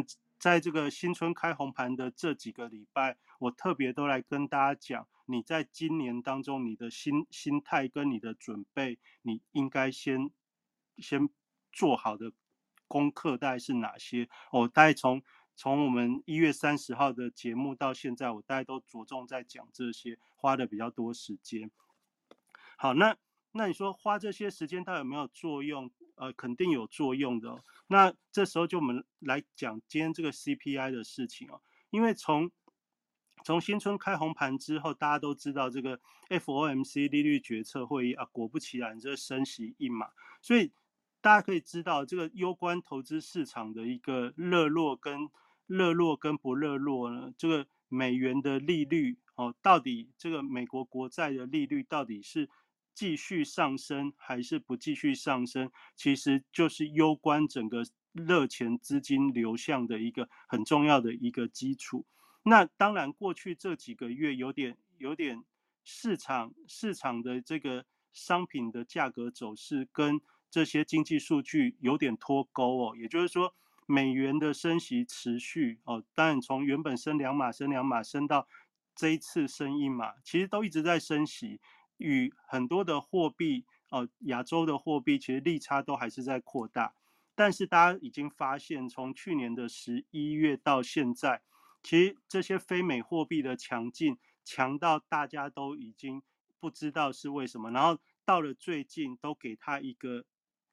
在这个新春开红盘的这几个礼拜，我特别都来跟大家讲，你在今年当中你的心态跟你的准备，你应该先做好的功课大概是哪些？大概从我们1月30号的节目到现在，我大概都着重在讲这些，花的比较多时间。好，那你说花这些时间它有没有作用？肯定有作用的哦。那这时候就我们来讲今天这个 CPI 的事情哦，因为从新春开红盘之后，大家都知道这个 FOMC 利率决策会议啊，果不其然，这升息一码，所以大家可以知道这个攸关投资市场的一个热络跟不热络呢，这个美元的利率哦，到底这个美国国债的利率到底是继续上升还是不继续上升，其实就是攸关整个热钱资金流向的一个很重要的一个基础。那当然，过去这几个月有点市场的这个商品的价格走势跟这些经济数据有点脱钩哦，也就是说，美元的升息持续哦，当然从原本升2码升到这一次升1码，其实都一直在升息，与很多的货币亚洲的货币其实利差都还是在扩大。但是大家已经发现，从去年的11月到现在，其实这些非美货币的强劲，强到大家都已经不知道是为什么，然后到了最近都给他一个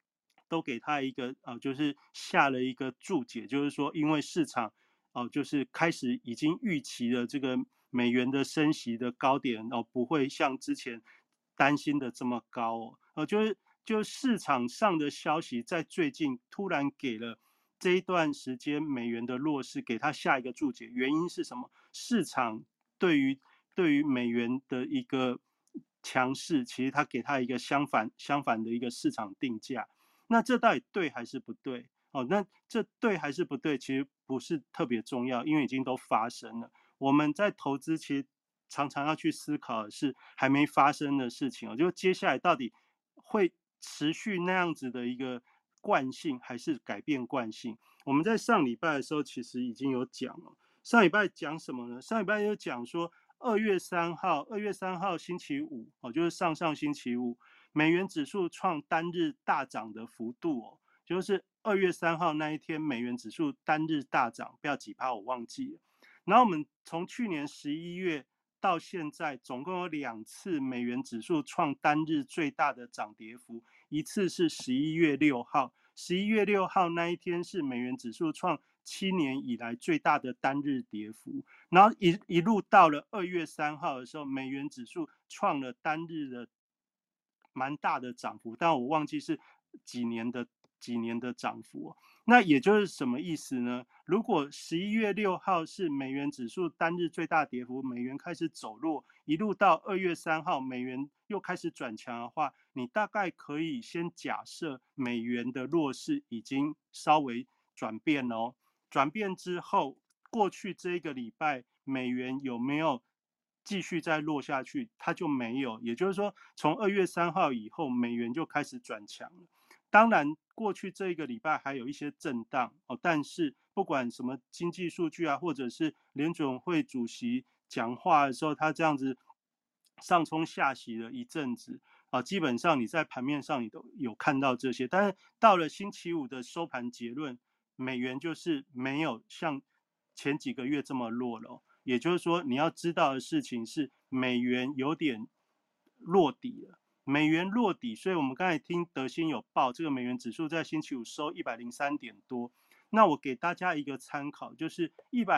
就是下了一个注解，就是说因为市场就是开始已经预期了这个美元的升息的高点不会像之前担心的这么高就是市场上的消息在最近突然给了这一段时间美元的弱势给它下一个注解，原因是什么？市场对于美元的一个强势，其实它给它一个相反的一个市场定价。那这到底对还是不对？那这对还是不对，其实不是特别重要，因为已经都发生了。我们在投资其实常常要去思考的是还没发生的事情就接下来到底会持续那样子的一个惯性，还是改变惯性？我们在上礼拜的时候其实已经有讲了。上礼拜讲什么呢？上礼拜有讲说2月3号星期五就是上星期五，美元指数创单日大涨的幅度就是2月3号那一天，美元指数单日大涨，不要几趴我忘记了。然后我们从去年11月到现在，总共有2次美元指数创单日最大的涨跌幅，一次是11月6号，11月6号那一天是美元指数创7年以来最大的单日跌幅，然后一路到了2月3号的时候，美元指数创了单日的蛮大的涨幅，但我忘记是几年的涨幅那也就是什么意思呢？如果11月6号是美元指数单日最大跌幅，美元开始走弱，一路到2月3号美元又开始转强的话，你大概可以先假设美元的弱势已经稍微转变转变之后，过去这一个礼拜美元有没有继续再落下去？它就没有，也就是说，从2月3号以后，美元就开始转强了。当然，过去这一个礼拜还有一些震荡但是不管什么经济数据或者是联准会主席讲话的时候，他这样子上冲下洗了一阵子基本上你在盘面上你都有看到这些。但是到了星期五的收盘结论，美元就是没有像前几个月这么弱了也就是说，你要知道的事情是美元有点落底了。美元落底，所以我们刚才听德兴有报，这个美元指数在星期五收103点多。那我给大家一个参考，就是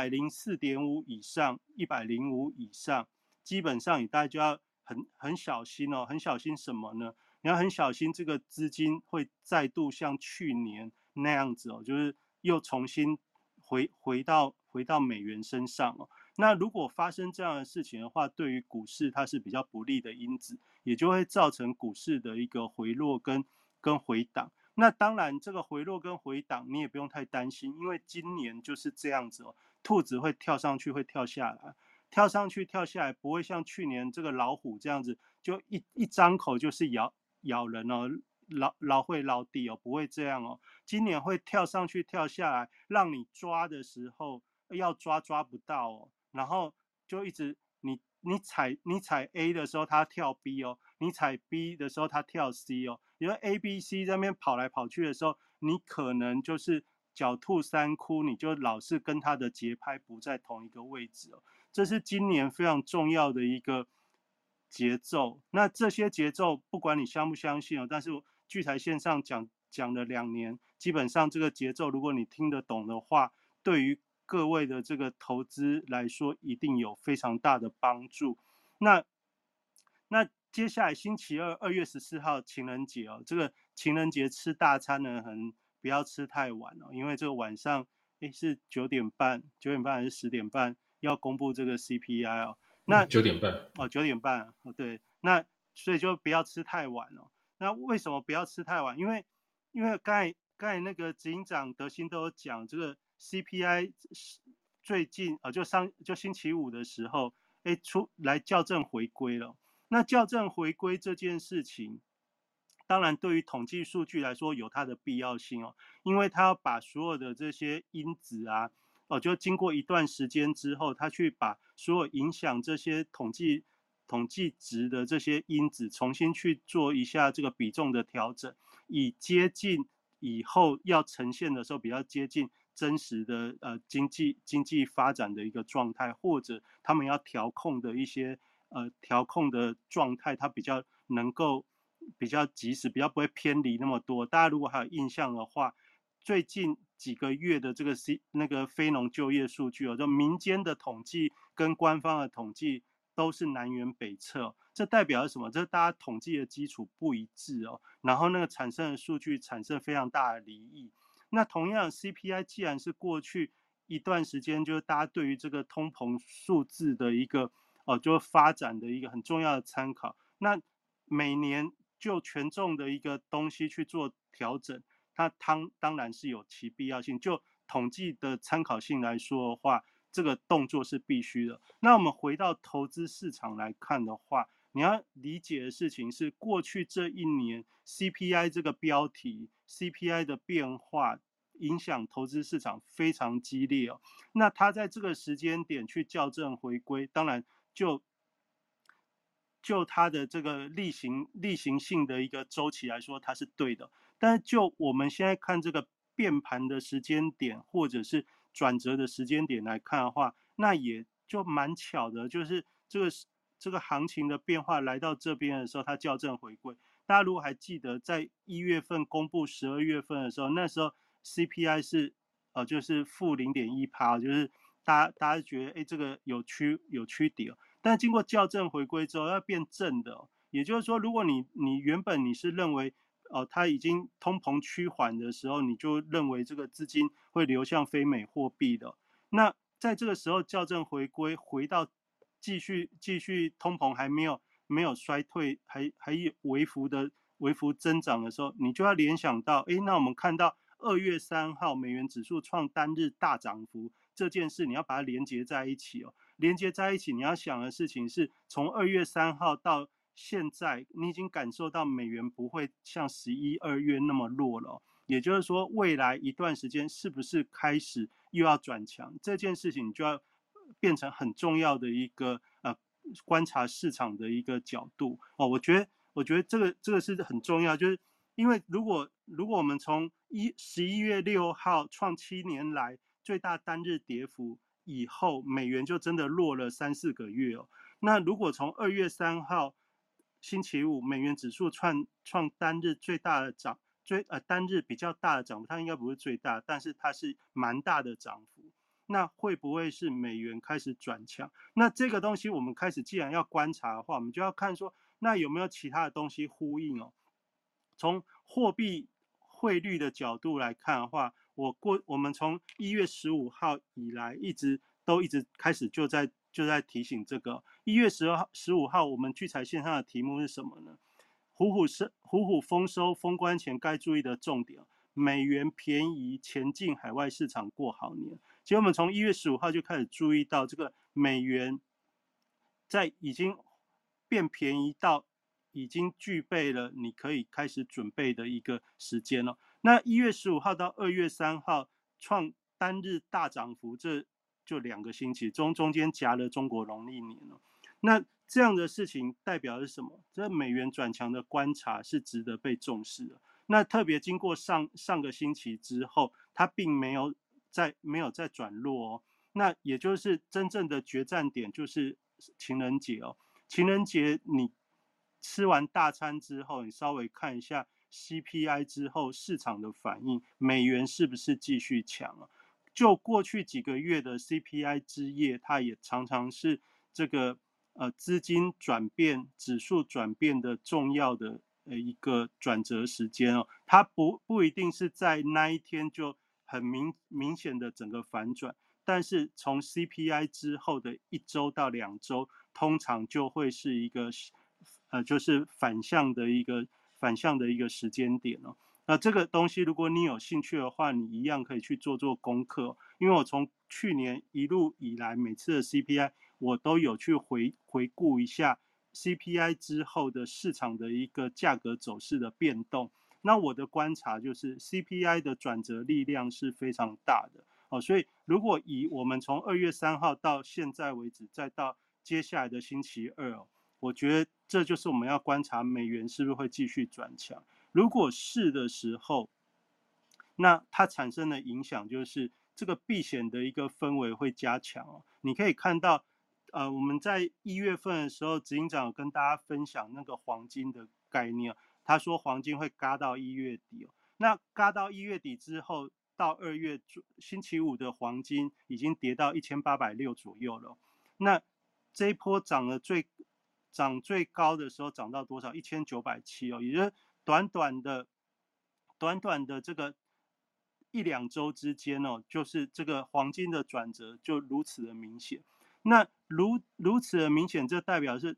104.5以上，105以上，基本上你大家就要很小心很小心什么呢？你要很小心这个资金会再度像去年那样子就是又重新回到美元身上那如果发生这样的事情的话，对于股市它是比较不利的因子，也就会造成股市的一个回落跟回档。那当然，这个回落跟回档你也不用太担心，因为今年就是这样子兔子会跳上去，会跳下来，跳上去跳下来，不会像去年这个老虎这样子，就一张口就是咬人捞会捞地哦，不会这样哦。今年会跳上去跳下来，让你抓的时候要抓不到哦，然后就一直你踩 A 的时候它跳 B 哦，你踩 B 的时候它跳 C 哦，因为 A、B、C 在那边跑来跑去的时候，你可能就是狡兔三窟，你就老是跟它的节拍不在同一个位置哦。这是今年非常重要的一个节奏。那这些节奏，不管你相不相信哦，但是聚财线上讲了2年，基本上这个节奏，如果你听得懂的话，对于各位的这个投资来说，一定有非常大的帮助。那接下来星期二2月14号情人节哦，这个情人节吃大餐呢，不要吃太晚哦，因为这个晚上是9点半还是10点半要公布这个 CPI 哦。那 9点半 9点半哦，对，那所以就不要吃太晚哦。那为什么不要吃太晚？因为刚才那个执行长德兴都有讲，这个 CPI 最近就星期五的时候，出来校正回归了。那校正回归这件事情，当然对于统计数据来说有它的必要性哦，因为它要把所有的这些因子啊，就经过一段时间之后，它去把所有影响这些统计值的这些因子重新去做一下这个比重的调整，以接近以后要呈现的时候比较接近真实的经济发展的一个状态，或者他们要调控的一些调控的状态，它比较能够比较及时，比较不会偏离那么多。大家如果还有印象的话，最近几个月的这个那个非农就业数据哦，就民间的统计跟官方的统计都是南辕北辙。这代表什么？这大家统计的基础不一致哦，然后那个产生的数据产生非常大的离异。那同样 CPI 既然是过去一段时间，就是大家对于这个通膨数字的一个就发展的一个很重要的参考。那每年就权重的一个东西去做调整，它当然是有其必要性。就统计的参考性来说的话，这个动作是必须的。那我们回到投资市场来看的话，你要理解的事情是，过去这一年 CPI 这个标题 CPI 的变化影响投资市场非常激烈哦。那它在这个时间点去校正回归，当然就它的这个例行性的一个周期来说，它是对的。但是就我们现在看这个变盘的时间点，或者是转折的时间点来看的话，那也就蛮巧的，就是这个行情的变化来到这边的时候，它校正回归。大家如果还记得，在1月份公布12月份的时候，那时候 CPI 是就是负0.1%，就是大家觉得这个有趋底了。但经过校正回归之后，要变正的哦。也就是说，如果你原本你是认为它已经通膨趋缓的时候，你就认为这个资金会流向非美货币的。那在这个时候校正回归，回到继续通膨还没有衰退，还有微幅增长的时候，你就要联想到，那我们看到2月3号美元指数创单日大涨幅这件事，你要把它连接在一起哦。连接在一起，你要想的事情是从2月3号到现在，你已经感受到美元不会像11、2月那么弱了。也就是说，未来一段时间是不是开始又要转强这件事情，你就要变成很重要的一个观察市场的一个角度哦。我觉得这个是很重要，就是因为如果我们从11月6号创7年来最大单日跌幅以后，美元就真的弱了3-4个月哦。那如果从2月3号星期五美元指数创单日最大的单日比较大的涨幅，它应该不是最大，但是它是蛮大的涨幅。那会不会是美元开始转强？那这个东西我们开始既然要观察的话，我们就要看说，那有没有其他的东西呼应哦？从货币汇率的角度来看的话，我们从1月15号以来一直开始就在提醒这个。1月15号我们聚财线上的题目是什么呢？虎虎丰收，封关前该注意的重点。美元便宜，前进海外市场过好年。其实我们从1月15号就开始注意到这个美元在已经变便宜到已经具备了你可以开始准备的一个时间了。那1月15号到2月3号创单日大涨幅，这就2个星期，中间夹了中国农历年了。那这样的事情代表的是什么？这美元转强的观察是值得被重视的。那特别经过上个星期之后，它并没有再转弱哦。那也就是真正的决战点就是情人节哦。情人节你吃完大餐之后，你稍微看一下 CPI 之后市场的反应，美元是不是继续强啊？就过去几个月的 CPI 之夜，它也常常是这个资金转变、指数转变的重要的一个转折时间哦。它不一定是在那一天就很明显的整个反转，但是从 CPI 之后的1周到2周，通常就会是一个就是反向的一个时间点哦。那这个东西，如果你有兴趣的话，你一样可以去做功课，因为我从去年一路以来，每次的 CPI 我都有去回顾一下 CPI 之后的市场的一个价格走势的变动。那我的观察就是 CPI 的转折力量是非常大的哦，所以如果以我们从2月3号到现在为止，再到接下来的星期二哦，我觉得这就是我们要观察美元是不是会继续转强。如果是的时候，那它产生的影响就是这个避险的一个氛围会加强哦。你可以看到，我们在1月份的时候，执行长有跟大家分享那个黄金的概念，他说黄金会嘎到1月底哦。那嘎到1月底之后，到2月星期五的黄金已经跌到1860左右了。那这一波涨最高的时候涨到多少？1970哦，也就是短短的这个1-2周之间哦，就是这个黄金的转折就如此的明显。那如此的明显，这代表是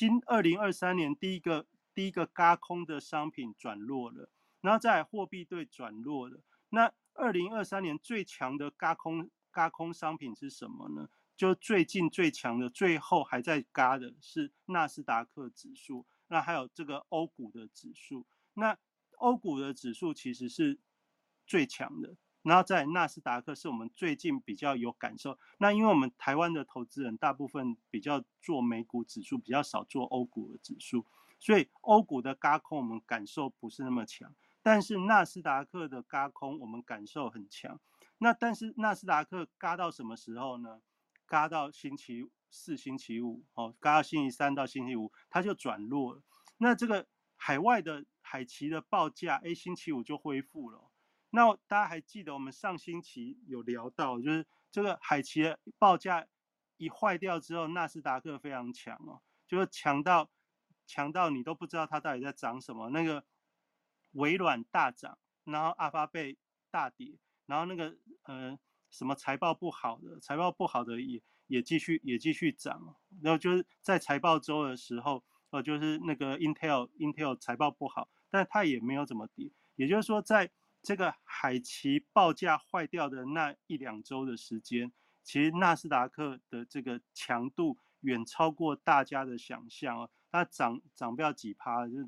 2023年第一个轧空的商品转弱了，然后再来货币对转弱了。那2023年最强的轧空商品是什么呢？就最近最强的，最后还在轧的是纳斯达克指数，那还有这个欧股的指数。那欧股的指数其实是最强的，然后在纳斯达克是我们最近比较有感受。那因为我们台湾的投资人大部分比较做美股指数，比较少做欧股的指数，所以欧股的轧空我们感受不是那么强，但是纳斯达克的轧空我们感受很强。那但是纳斯达克轧到什么时候呢？轧到星期4、星期5，哦，轧到星期3到星期5，它就转弱了。那这个海外的海期的报价，星期5就恢复了。那大家还记得我们上星期有聊到，就是这个海期的报价一坏掉之后，纳斯达克非常强哦，就是强到你都不知道它到底在涨什么。那个微软大涨，然后阿发贝大跌，然后那个什么财报不好的也继续涨，然后就是在财报周的时候，就是那个 Intel 财报不好，但它也没有怎么跌。也就是说，在这个海期报价坏掉的那1-2周的时间，其实纳斯达克的这个强度远超过大家的想象哦。它涨不要几趴，就是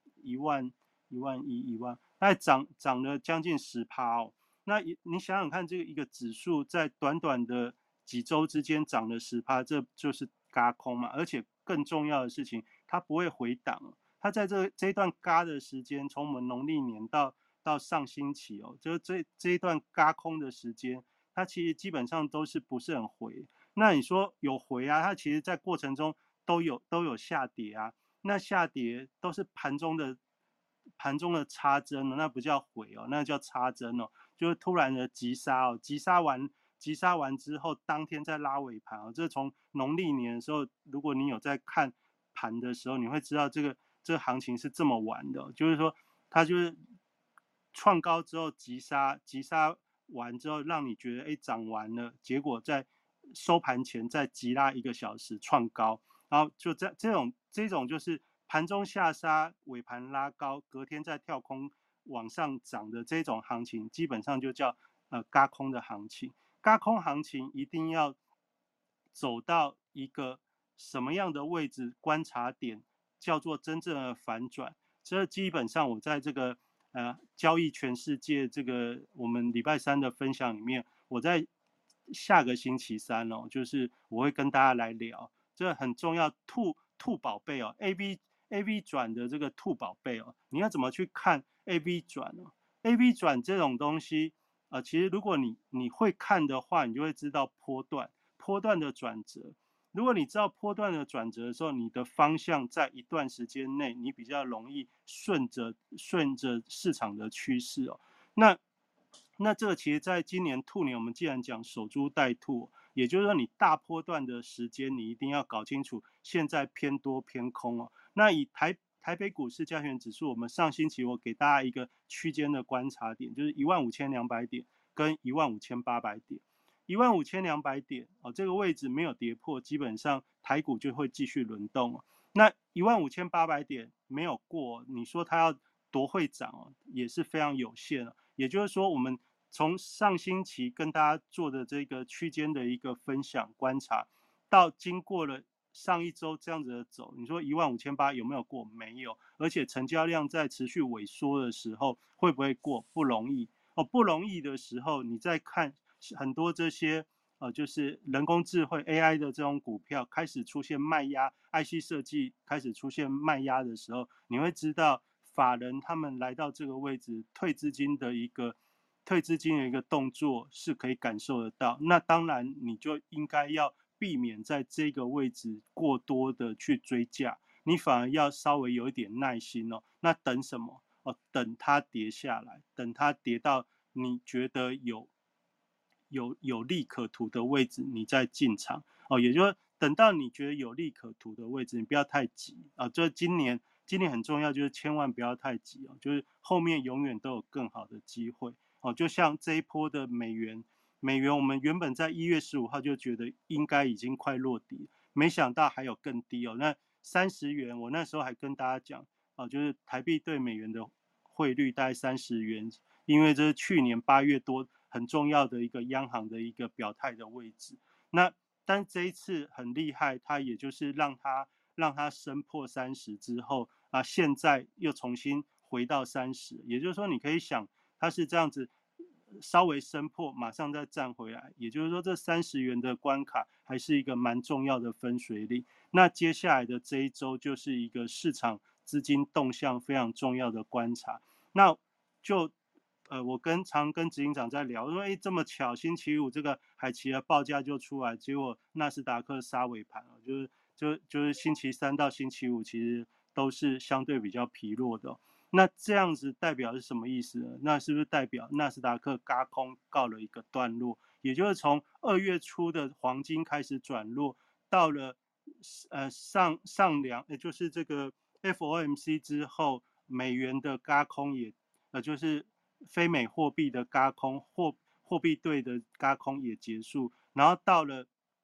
1万、1万，大概涨了将近10%哦。那你想想看，这个一个指数在短短的几周之间涨了10%，这就是轧空嘛。而且更重要的事情，它不会回档，它在这一段轧的时间，从我们农历年到上星期哦，就是这一段轧空的时间，它其实基本上都是不是很回。那你说有回啊？它其实在过程中都有下跌啊。那下跌都是盘中的插针，那不叫回哦，那叫插针哦，就是突然的急杀哦，急杀完之后，当天再拉尾盘哦。这从农历年的时候，如果你有在看盘的时候，你会知道这个行情是这么玩的哦，就是说它就是创高之后急杀完之后，让你觉得涨完了，结果在收盘前再急拉1个小时创高，然后就这种就是盘中下杀，尾盘拉高，隔天再跳空往上涨的这种行情，基本上就叫轧空的行情。轧空行情一定要走到一个什么样的位置观察点， 叫做真正的反转。这基本上我在这个交易全世界这个我们礼拜三的分享里面，我在下个星期三哦，就是我会跟大家来聊，这很重要兔宝贝哦，A B 转的这个兔宝贝哦，你要怎么去看 A B 转哦？A B 转这种东西其实如果你会看的话，你就会知道波段的转折。如果你知道波段的转折的时候，你的方向在一段时间内，你比较容易顺着市场的趋势哦。那这个其实在今年兔年，我们既然讲守株待兔，也就是说你大波段的时间，你一定要搞清楚现在偏多偏空哦。那以台北股市加权指数，我们上星期我给大家一个区间的观察点，就是15200点跟15800点。15200点这个位置没有跌破，基本上台股就会继续轮动哦。那15800点没有过，你说它要多会涨也是非常有限也就是说，我们从上星期跟大家做的这个区间的一个分享观察，到经过了上一周这样子的走，你说15800有没有过？没有，而且成交量在持续萎缩的时候，会不会过？不容易不容易的时候，你再看很多这些就是人工智慧 AI 的这种股票开始出现卖压 ，IC 设计开始出现卖压的时候，你会知道法人他们来到这个位置退资金的一个动作是可以感受得到。那当然你就应该要避免在这个位置过多的去追价，你反而要稍微有一点耐心那等什么等它跌下来，等它跌到你觉得有利可图的位置，你再进场也就是说等到你觉得有利可图的位置，你不要太急这今年很重要，就是千万不要太急就是后面永远都有更好的机会就像这一波的美元，我们原本在1月15号就觉得应该已经快落底，没想到还有更低那30元，我那时候还跟大家讲就是台币对美元的汇率大概30元，因为这是去年8月多很重要的一个央行的一个表态的位置。那但这一次很厉害，它也就是让它升破30之后现在又重新回到30，也就是说你可以想它是这样子稍微升破，马上再站回来，也就是说这30元的关卡还是一个蛮重要的分水岭。那接下来的这一周就是一个市场资金动向非常重要的观察。那就我常跟执行长在聊，说这么巧，星期五这个海奇的报价就出来，结果纳斯达克杀尾盘就是星期三到星期五其实都是相对比较疲弱的那这样子代表是什么意思呢？那是不是代表纳斯达克轧空告了一个段落？也就是从2月初的黄金开始转弱，到了上梁，也就是这个 FOMC 之后，美元的轧空也就是非美货币的轧空，货币对的轧空也结束，然后到了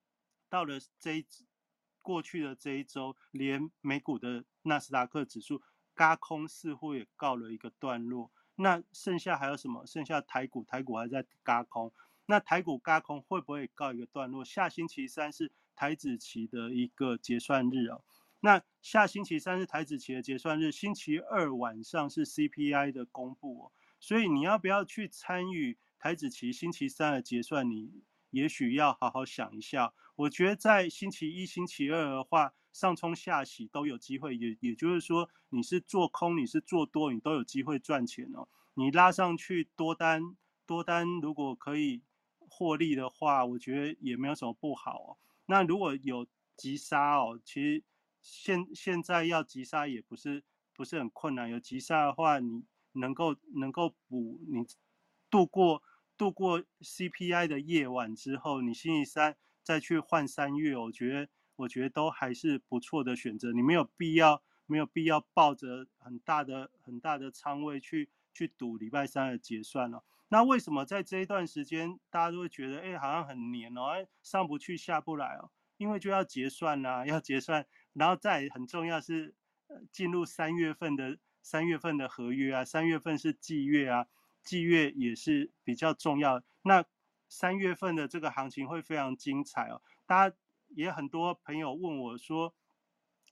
过去的这一周，连美股的纳斯达克指数轧空似乎也告了一个段落。那剩下还有什么？剩下台股还在轧空。那台股轧空会不会告一个段落？下星期三是台指期的一个结算日那下星期三是台指期的结算日，星期二晚上是 CPI 的公布所以你要不要去参与台指期星期三的结算？你也许要好好想一下。我觉得在星期一、星期二的话，上冲下洗都有机会，也就是说，你是做空，你是做多，你都有机会赚钱你拉上去多单如果可以获利的话，我觉得也没有什么不好那如果有急杀其实现在要急杀也不是很困难。有急杀的话，你能够补你度过 CPI 的夜晚之后，你星期三再去换3月，我觉得都还是不错的选择。你没有必要抱着很大的仓位去赌礼拜三的结算那为什么在这一段时间大家都会觉得好像很黏上不去下不来因为就要结算要结算，然后再很重要是进入3月份的合约3月份是季月季月也是比较重要。那3月份的这个行情会非常精彩大家也很多朋友问我说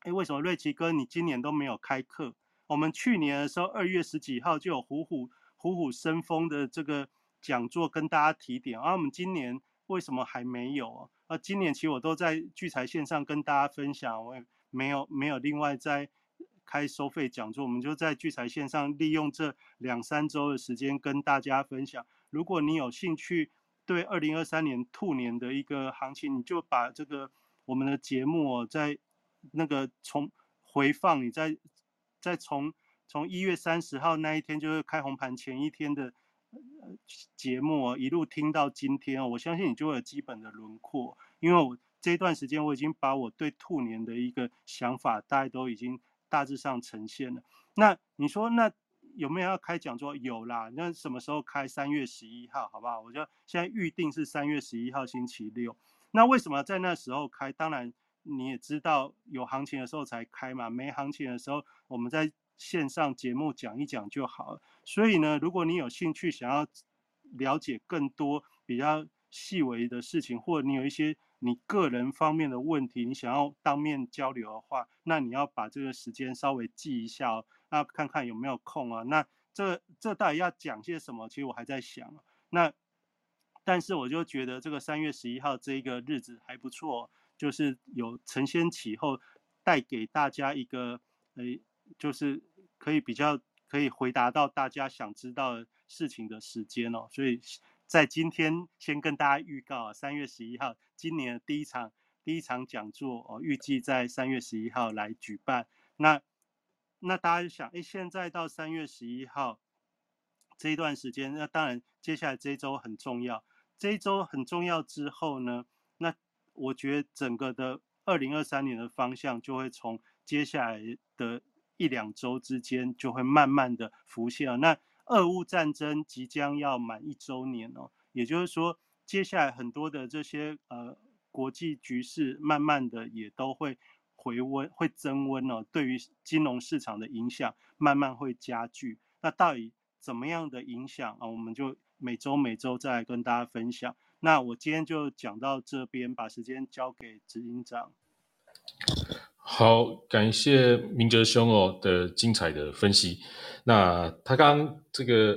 为什么瑞奇哥你今年都没有开课？我们去年的时候2月10几号就有虎虎生风的这个讲座跟大家提点，我们今年为什么还没有今年其实我都在聚财线上跟大家分享，我也没有另外在开收费讲座，我们就在聚财线上利用这2-3周的时间跟大家分享。如果你有兴趣对2023年兔年的一个行情，你就把这个我们的节目在那个从回放，你再从1月30号那一天，就是开红盘前一天的节目一路听到今天我相信你就会有基本的轮廓。因为我这一段时间我已经把我对兔年的一个想法大概都已经大致上呈现了。那你说那有没有要开讲座？有啦，那什么时候开？3月11号，好不好？我就现在预定是3月11号星期六。那为什么在那时候开？当然你也知道有行情的时候才开嘛，没行情的时候我们在线上节目讲一讲就好了。所以呢，如果你有兴趣想要了解更多比较细微的事情，或者你有一些你个人方面的问题，你想要当面交流的话，那你要把这个时间稍微记一下那看看有没有空那这到底要讲些什么？其实我还在想但是我就觉得这个3月11号这一个日子还不错就是有承先启后，带给大家一个就是可以回答到大家想知道的事情的时间所以在今天先跟大家预告3月11号今年的第一场讲座预计在3月11号来举办。那大家就想现在到3月11号这一段时间，那当然接下来这一周很重要，这一周很重要之后呢，那我觉得整个的2023年的方向就会从接下来的1-2周之间就会慢慢的浮现那俄乌战争即将要满1周年也就是说接下来很多的这些国际局势慢慢的也都会回温，会增温对于金融市场的影响慢慢会加剧。那到底怎么样的影响我们就每周再来跟大家分享。那我今天就讲到这边，把时间交给执行长。 好，感谢明哲兄的精彩的分析。那他刚刚这个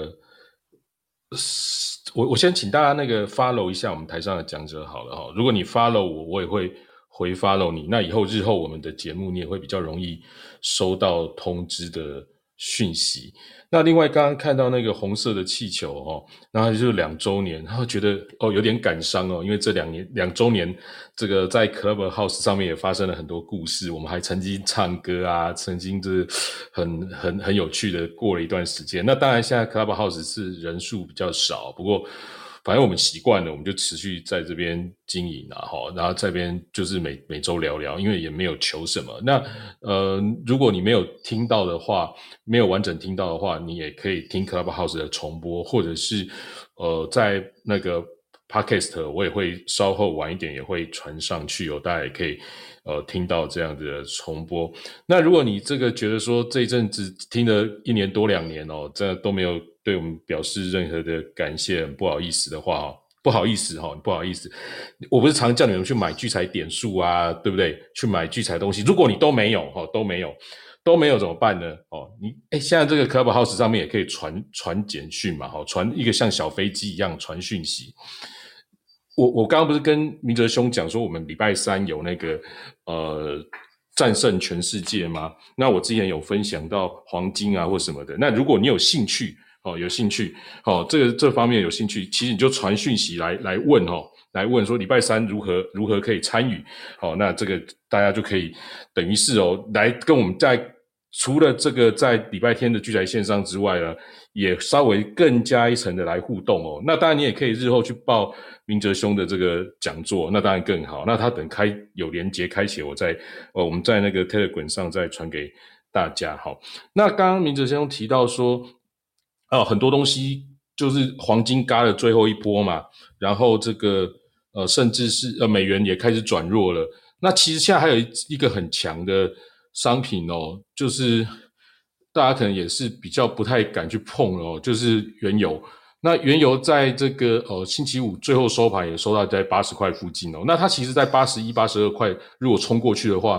我先请大家那个 follow 一下我们台上的讲者好了如果你 follow 我也会回 follow 你，那日后我们的节目你也会比较容易收到通知的讯息。那另外刚刚看到那个红色的气球然后就是2周年，然后觉得有点感伤因为这2周年这个在 Clubhouse 上面也发生了很多故事，我们还曾经唱歌曾经就是很有趣的过了一段时间。那当然现在 Clubhouse 是人数比较少，不过反正我们习惯了，我们就持续在这边经营然后这边就是每周聊聊，因为也没有求什么。那如果你没有听到的话，没有完整听到的话，你也可以听 Clubhouse 的重播，或者是在那个 Podcast 我也会稍后晚一点也会传上去大家也可以听到这样的重播。那如果你这个觉得说这一阵子听了1年多2年这都没有对我们表示任何的感谢，很不好意思的话不好意思我不是常叫你们去买聚财点数对不对？去买聚财东西，如果你都没有怎么办呢？你现在这个 Clubhouse 上面也可以传简讯嘛传一个像小飞机一样传讯息。我刚刚不是跟明哲兄讲说我们礼拜3有那个战胜全世界吗？那我之前有分享到黄金或什么的，那如果你有兴趣这方面有兴趣，其实你就传讯息来问说礼拜3如何可以参与那这个大家就可以等于是来跟我们除了这个在礼拜天的聚财线上之外呢，也稍微更加一层的来互动那当然你也可以日后去报明哲兄的这个讲座，那当然更好。那他等有连结开启我们在那个 Telegram 上再传给大家那刚刚明哲兄提到说很多东西就是黄金嘎了最后一波嘛，然后这个甚至是美元也开始转弱了。那其实现在还有一个很强的商品就是大家可能也是比较不太敢去碰就是原油。那原油在这个星期五最后收盘也收到在80块附近那它其实在81、82块如果冲过去的话，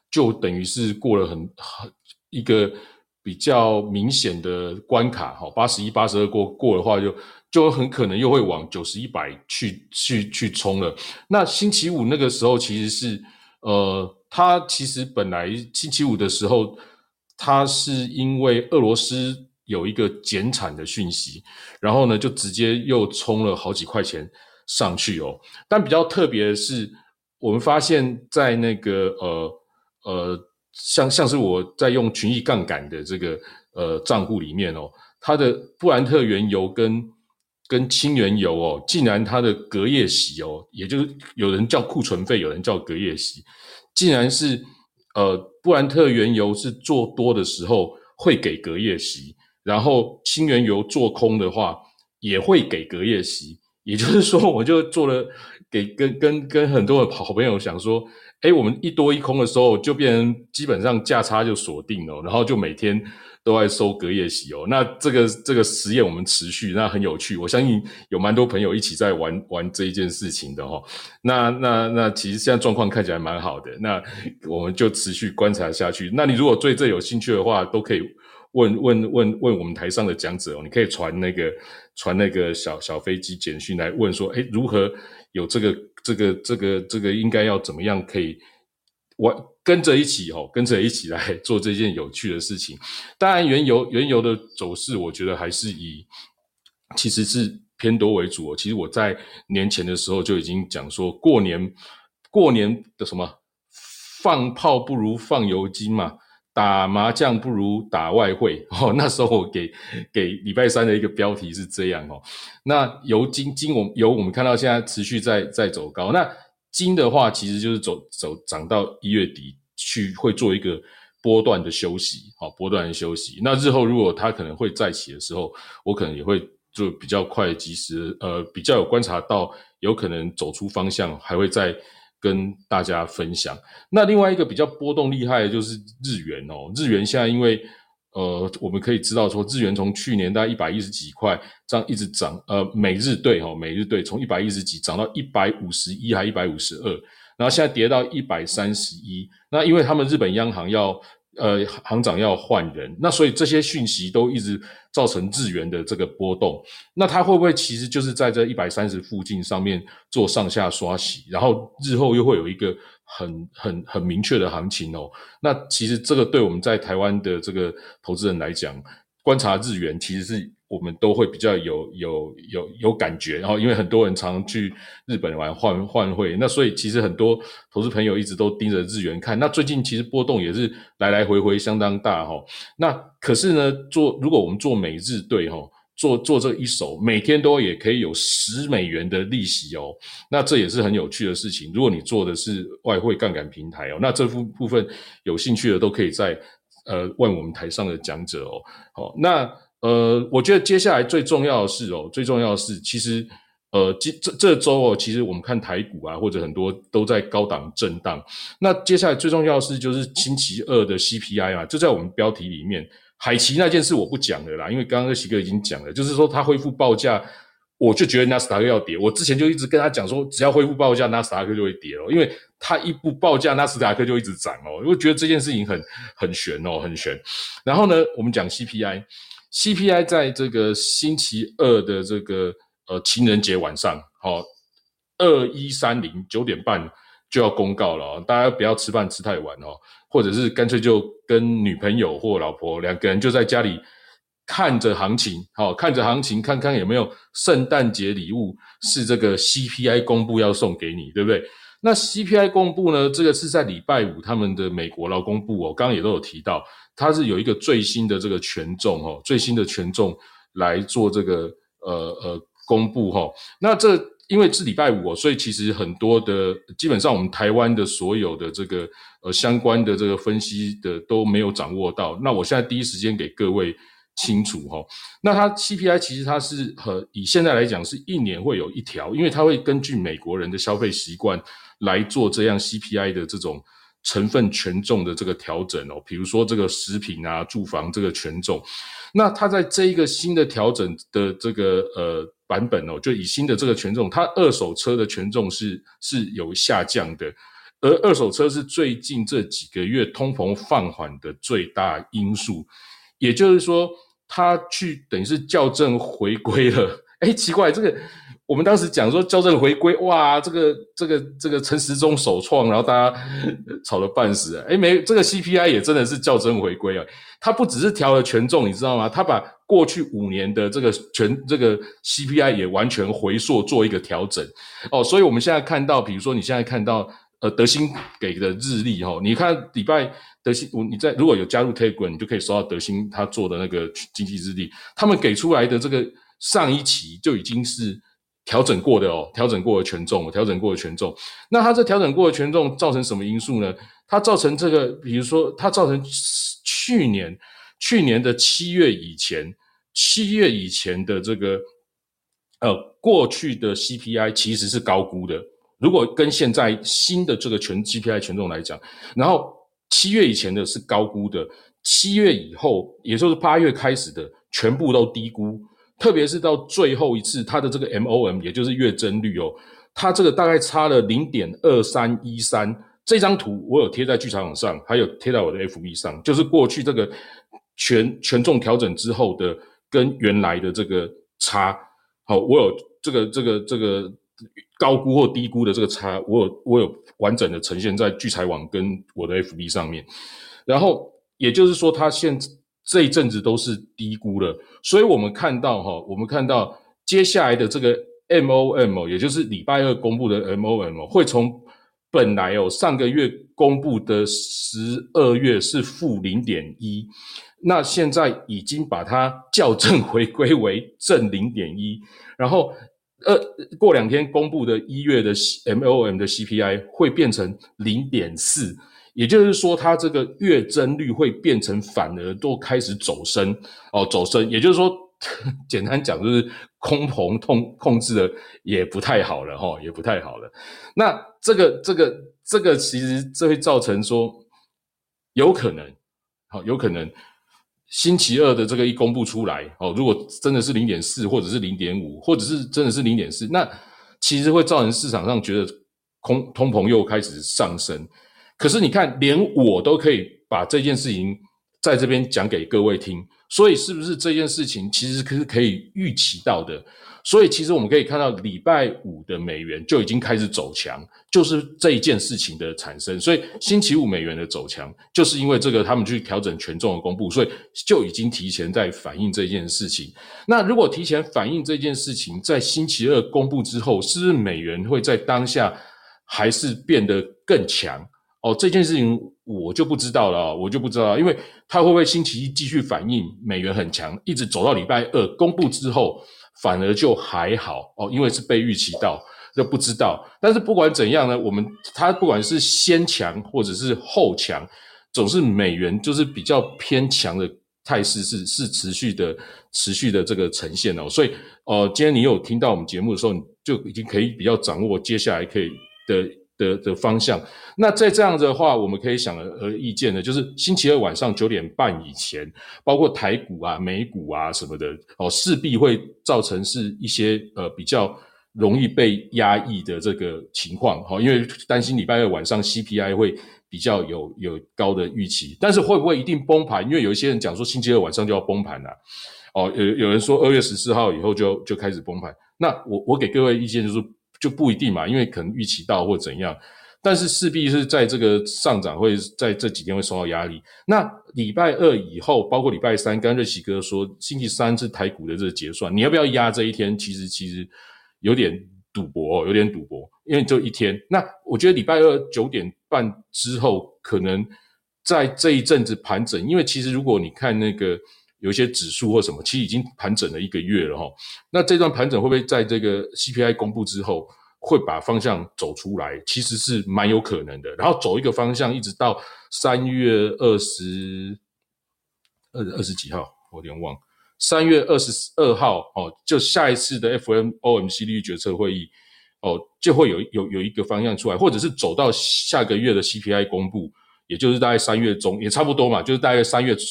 就等于是过了一个比较明显的关卡，81、82过的话就很可能又会往90、100去冲了。那星期五那个时候其实是它其实本来星期五的时候，它是因为俄罗斯有一个减产的讯息，然后呢就直接又冲了好几块钱上去哦。但比较特别的是，我们发现在那个像是我在用群益杠杆的这个账户里面哦，它的布兰特原油跟轻原油哦，竟然它的隔夜息哦，也就是有人叫库存费，有人叫隔夜息，竟然是布兰特原油是做多的时候会给隔夜息，然后轻原油做空的话也会给隔夜息。也就是说，我就做了跟很多的好朋友想说，我们一多一空的时候，就变成基本上价差就锁定了，然后就每天都在收隔夜息哦。那这个实验我们持续，那很有趣，我相信有蛮多朋友一起在玩这一件事情的哦。那其实现在状况看起来蛮好的，那我们就持续观察下去。那你如果对这有兴趣的话，都可以问我们台上的讲者哦，你可以传那个小飞机简讯来问说，如何有这个应该要怎么样可以跟着一起来做这件有趣的事情。当然原油的走势我觉得还是其实是偏多为主哦。其实我在年前的时候就已经讲说，过年的什么放炮不如放油金嘛，打麻将不如打外汇哦。那时候我给礼拜三的一个标题是这样哦。那油我们看到现在持续在走高，那金的话其实就是涨到1月底会做一个波段的休息，波段的休息。那日后如果它可能会再起的时候，我可能也会就比较快及时比较有观察到有可能走出方向，还会再跟大家分享。那另外一个比较波动厉害的就是日元哦。日元现在因为我们可以知道说，日元从去年大概110几块这样一直涨，每日兑从110几涨到151还152，然后现在跌到131。那因为他们日本央行行长要换人，那所以这些讯息都一直造成日元的这个波动。那它会不会其实就是在这130附近上面做上下刷洗，然后日后又会有一个很明确的行情哦？那其实这个对我们在台湾的这个投资人来讲，观察日元其实是我们都会比较有感觉，然后因为很多人常去日本玩换汇，那所以其实很多投资朋友一直都盯着日元看。那最近其实波动也是来来回回相当大齁。那可是呢，如果我们做每日兑齁，做这一手，每天都也可以有$10的利息哦。那这也是很有趣的事情。如果你做的是外汇杠杆平台哦，那这部分有兴趣的都可以在问我们台上的讲者哦。好，那我觉得接下来最重要的是其实这周哦，其实我们看台股啊，或者很多都在高档震荡。那接下来最重要的是就是星期二的 CPI 啊，就在我们标题里面。海奇那件事我不讲了啦，因为刚刚热奇哥已经讲了，就是说他恢复报价，我就觉得纳斯达克要跌。我之前就一直跟他讲说，只要恢复报价，纳斯达克就会跌了，因为他一不报价，纳斯达克就一直涨哦。我觉得这件事情很悬哦，很悬。然后呢，我们讲 CPI 在这个星期二的这个情人节晚上2130 9点半就要公告了哦，大家不要吃饭吃太晚哦，或者是干脆就跟女朋友或老婆两个人就在家里看着行情，看看有没有圣诞节礼物是这个 CPI 公布要送给你，对不对？那 CPI 公布呢，这个是在礼拜五他们的美国劳工部刚刚也都有提到，它是有一个最新的这个权重来做这个公布那这因为是礼拜五所以其实很多的基本上我们台湾的所有的这个相关的这个分析的都没有掌握到。那我现在第一时间给各位清楚那它 CPI 其实它是以现在来讲是一年会有一条，因为它会根据美国人的消费习惯来做这样 CPI 的这种成分权重的这个调整比如说这个食品啊、住房这个权重。那它在这一个新的调整的这个版本就以新的这个权重，它二手车的权重是有下降的， 而二手车是最近这几个月通膨放缓的最大因素，也就是说，它去等于是校正回归了。奇怪，这个我们当时讲说校正回归，哇，这个陈时中首创，然后大家吵得半死。没，这个 CPI 也真的是校正回归啊。它不只是调了权重，你知道吗？它把过去5年的这个CPI 也完全回溯做一个调整。所以我们现在看到，比如说你现在看到德兴给的日历你看礼拜德兴，如果有加入 Telegram， 你就可以收到德兴他做的那个经济日历，他们给出来的这个上一期就已经是调整过的调整过的权重。那它这调整过的权重造成什么因素呢？它造成这个，比如说它造成去年的7月以前的这个过去的 CPI 其实是高估的。如果跟现在新的这个CPI 权重来讲，然后7月以前的是高估的，7月以后，也就是8月开始的，全部都低估。特别是到最后一次，它的这个 MOM， 也就是月增率它这个大概差了 0.2313。这张图我有贴在剧场网上，还有贴在我的 FB 上，就是过去这个权重调整之后的跟原来的这个差。我有这个高估或低估的这个差，我有完整的呈现在聚财网跟我的 FB 上面。然后也就是说，它这一阵子都是低估了，所以我们看到接下来的这个 MOM， 也就是礼拜二公布的 MOM， 会从本来上个月公布的12月是负 0.1， 那现在已经把它校正回归为正 0.1， 然后过2天公布的1月的 MOM 的 CPI 会变成 0.4， 也就是说它这个月增率会变成反而都开始走升，也就是说简单讲就是空膨控制的也不太好了也不太好了。那这个其实这会造成说有可能星期二的这个一公布出来如果真的是 0.4 或者是 0.5 或者是真的是 0.4， 那其实会造成市场上觉得通膨又开始上升。可是你看连我都可以把这件事情在这边讲给各位听，所以是不是这件事情其实是可以预期到的？所以其实我们可以看到礼拜5的美元就已经开始走强，就是这一件事情的产生。所以星期5美元的走强就是因为这个他们去调整权重的公布，所以就已经提前在反映这件事情。那如果提前反映这件事情在星期二公布之后，是不是美元会在当下还是变得更强？这件事情我就不知道了因为它会不会星期一继续反映美元很强，一直走到礼拜二公布之后反而就还好因为是被预期到，就不知道。但是不管怎样呢，它不管是先强或者是后强，总是美元就是比较偏强的态势是持续的这个呈现所以今天你有听到我们节目的时候，你就已经可以比较掌握接下来可以的方向。那在这样的话，我们可以想而意见的就是星期二晚上9点半以前，包括台股啊、美股啊什么的势必会造成是一些比较容易被压抑的这个情况因为担心礼拜二晚上 CPI 会比较有高的预期。但是会不会一定崩盘？因为有一些人讲说星期二晚上就要崩盘了有人说2月14号以后就开始崩盘。那我给各位意见就是就不一定嘛，因为可能预期到或怎样，但是势必是在这个上涨会在这几天会受到压力。那礼拜二以后，包括礼拜三，刚瑞奇哥说星期三是台股的这个结算，你要不要压这一天？其实有点赌博因为就一天。那我觉得礼拜二9点半之后，可能在这一阵子盘整，因为其实如果你看那个有一些指数或什么，其实已经盘整了1个月了那这段盘整会不会在这个 CPI 公布之后会把方向走出来？其实是蛮有可能的。然后走一个方向一直到3月20几号，我有点忘，3月22号就下一次的 FOMC 利率决策会议就会有一个方向出来，或者是走到下个月的 CPI 公布，也就是大概3月中，也差不多嘛，就是大概3月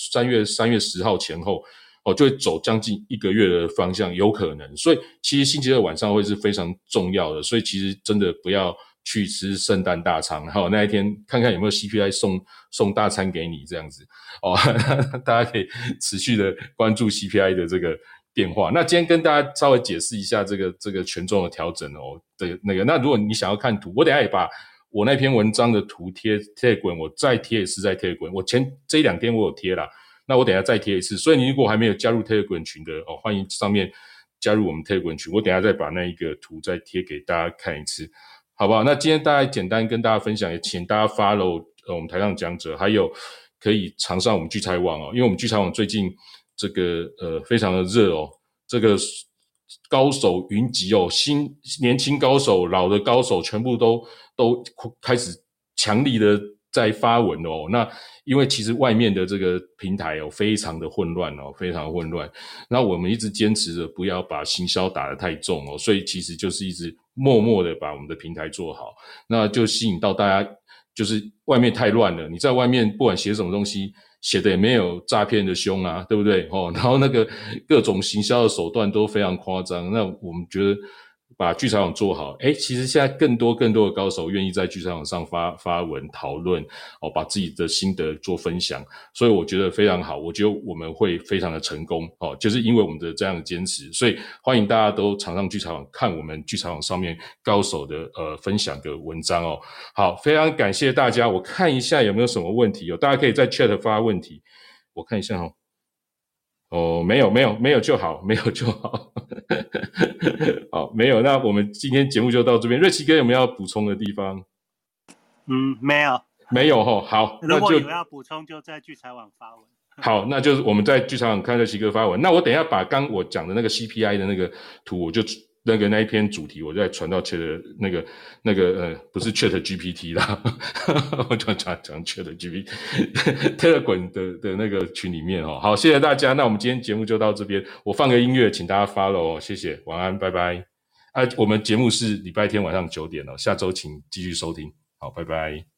10号前后就会走将近1个月的方向，有可能。所以其实星期二晚上会是非常重要的，所以其实真的不要去吃圣诞大餐，然后那一天看看有没有 CPI 送大餐给你这样子哦，大家可以持续的关注 CPI 的这个变化。那今天跟大家稍微解释一下这个权重的调整哦的那个。那如果你想要看图，我等一下也把我那篇文章的图贴 Telegram， 我再贴一次在 Telegram， 我这2天我有贴啦，那我等一下再贴一次。所以你如果还没有加入 Telegram 群的哦，欢迎上面加入我们 Telegram 群，我等一下再把那一个图再贴给大家看一次，好不好？那今天大概简单跟大家分享，也请大家 follow我们台上讲者，还有可以常上我们聚财网哦，因为我们聚财网最近这个非常的热哦，这个高手云集哦，年轻高手、老的高手全部都开始强力的在发文哦。那因为其实外面的这个平台哦，非常的混乱哦，非常混乱。那我们一直坚持着不要把行销打得太重哦，所以其实就是一直默默的把我们的平台做好，那就吸引到大家。就是外面太乱了，你在外面不管写什么东西，写的也没有诈骗的凶啊，对不对？哦，然后那个各种行销的手段都非常夸张。那我们觉得把聚财网做好，其实现在更多的高手愿意在聚财网上发文讨论哦，把自己的心得做分享，所以我觉得非常好。我觉得我们会非常的成功哦，就是因为我们的这样的坚持，所以欢迎大家都常上聚财网看我们聚财网上面高手的分享的文章哦。好，非常感谢大家。我看一下有没有什么问题哦，大家可以在 chat 发问题，我看一下哦。哦，没有就好，没有就好。好，没有，那我们今天节目就到这边。瑞奇哥有没有要补充的地方？ 没有齁。好， 如果有要补充，就在聚财网发文。 好，那就是我们在聚财网看瑞奇哥发文。那我等一下把刚我讲的那个 CPI 的那个图，我就那一篇主题，我再传到 Chat 不是 Chat GPT 啦，我讲 Chat GPT Telegram 的那个群里面哦。好，谢谢大家。那我们今天节目就到这边，我放个音乐，请大家 follow 哦，谢谢，晚安，拜拜。我们节目是礼拜天晚上9点哦，下周请继续收听，好，拜拜。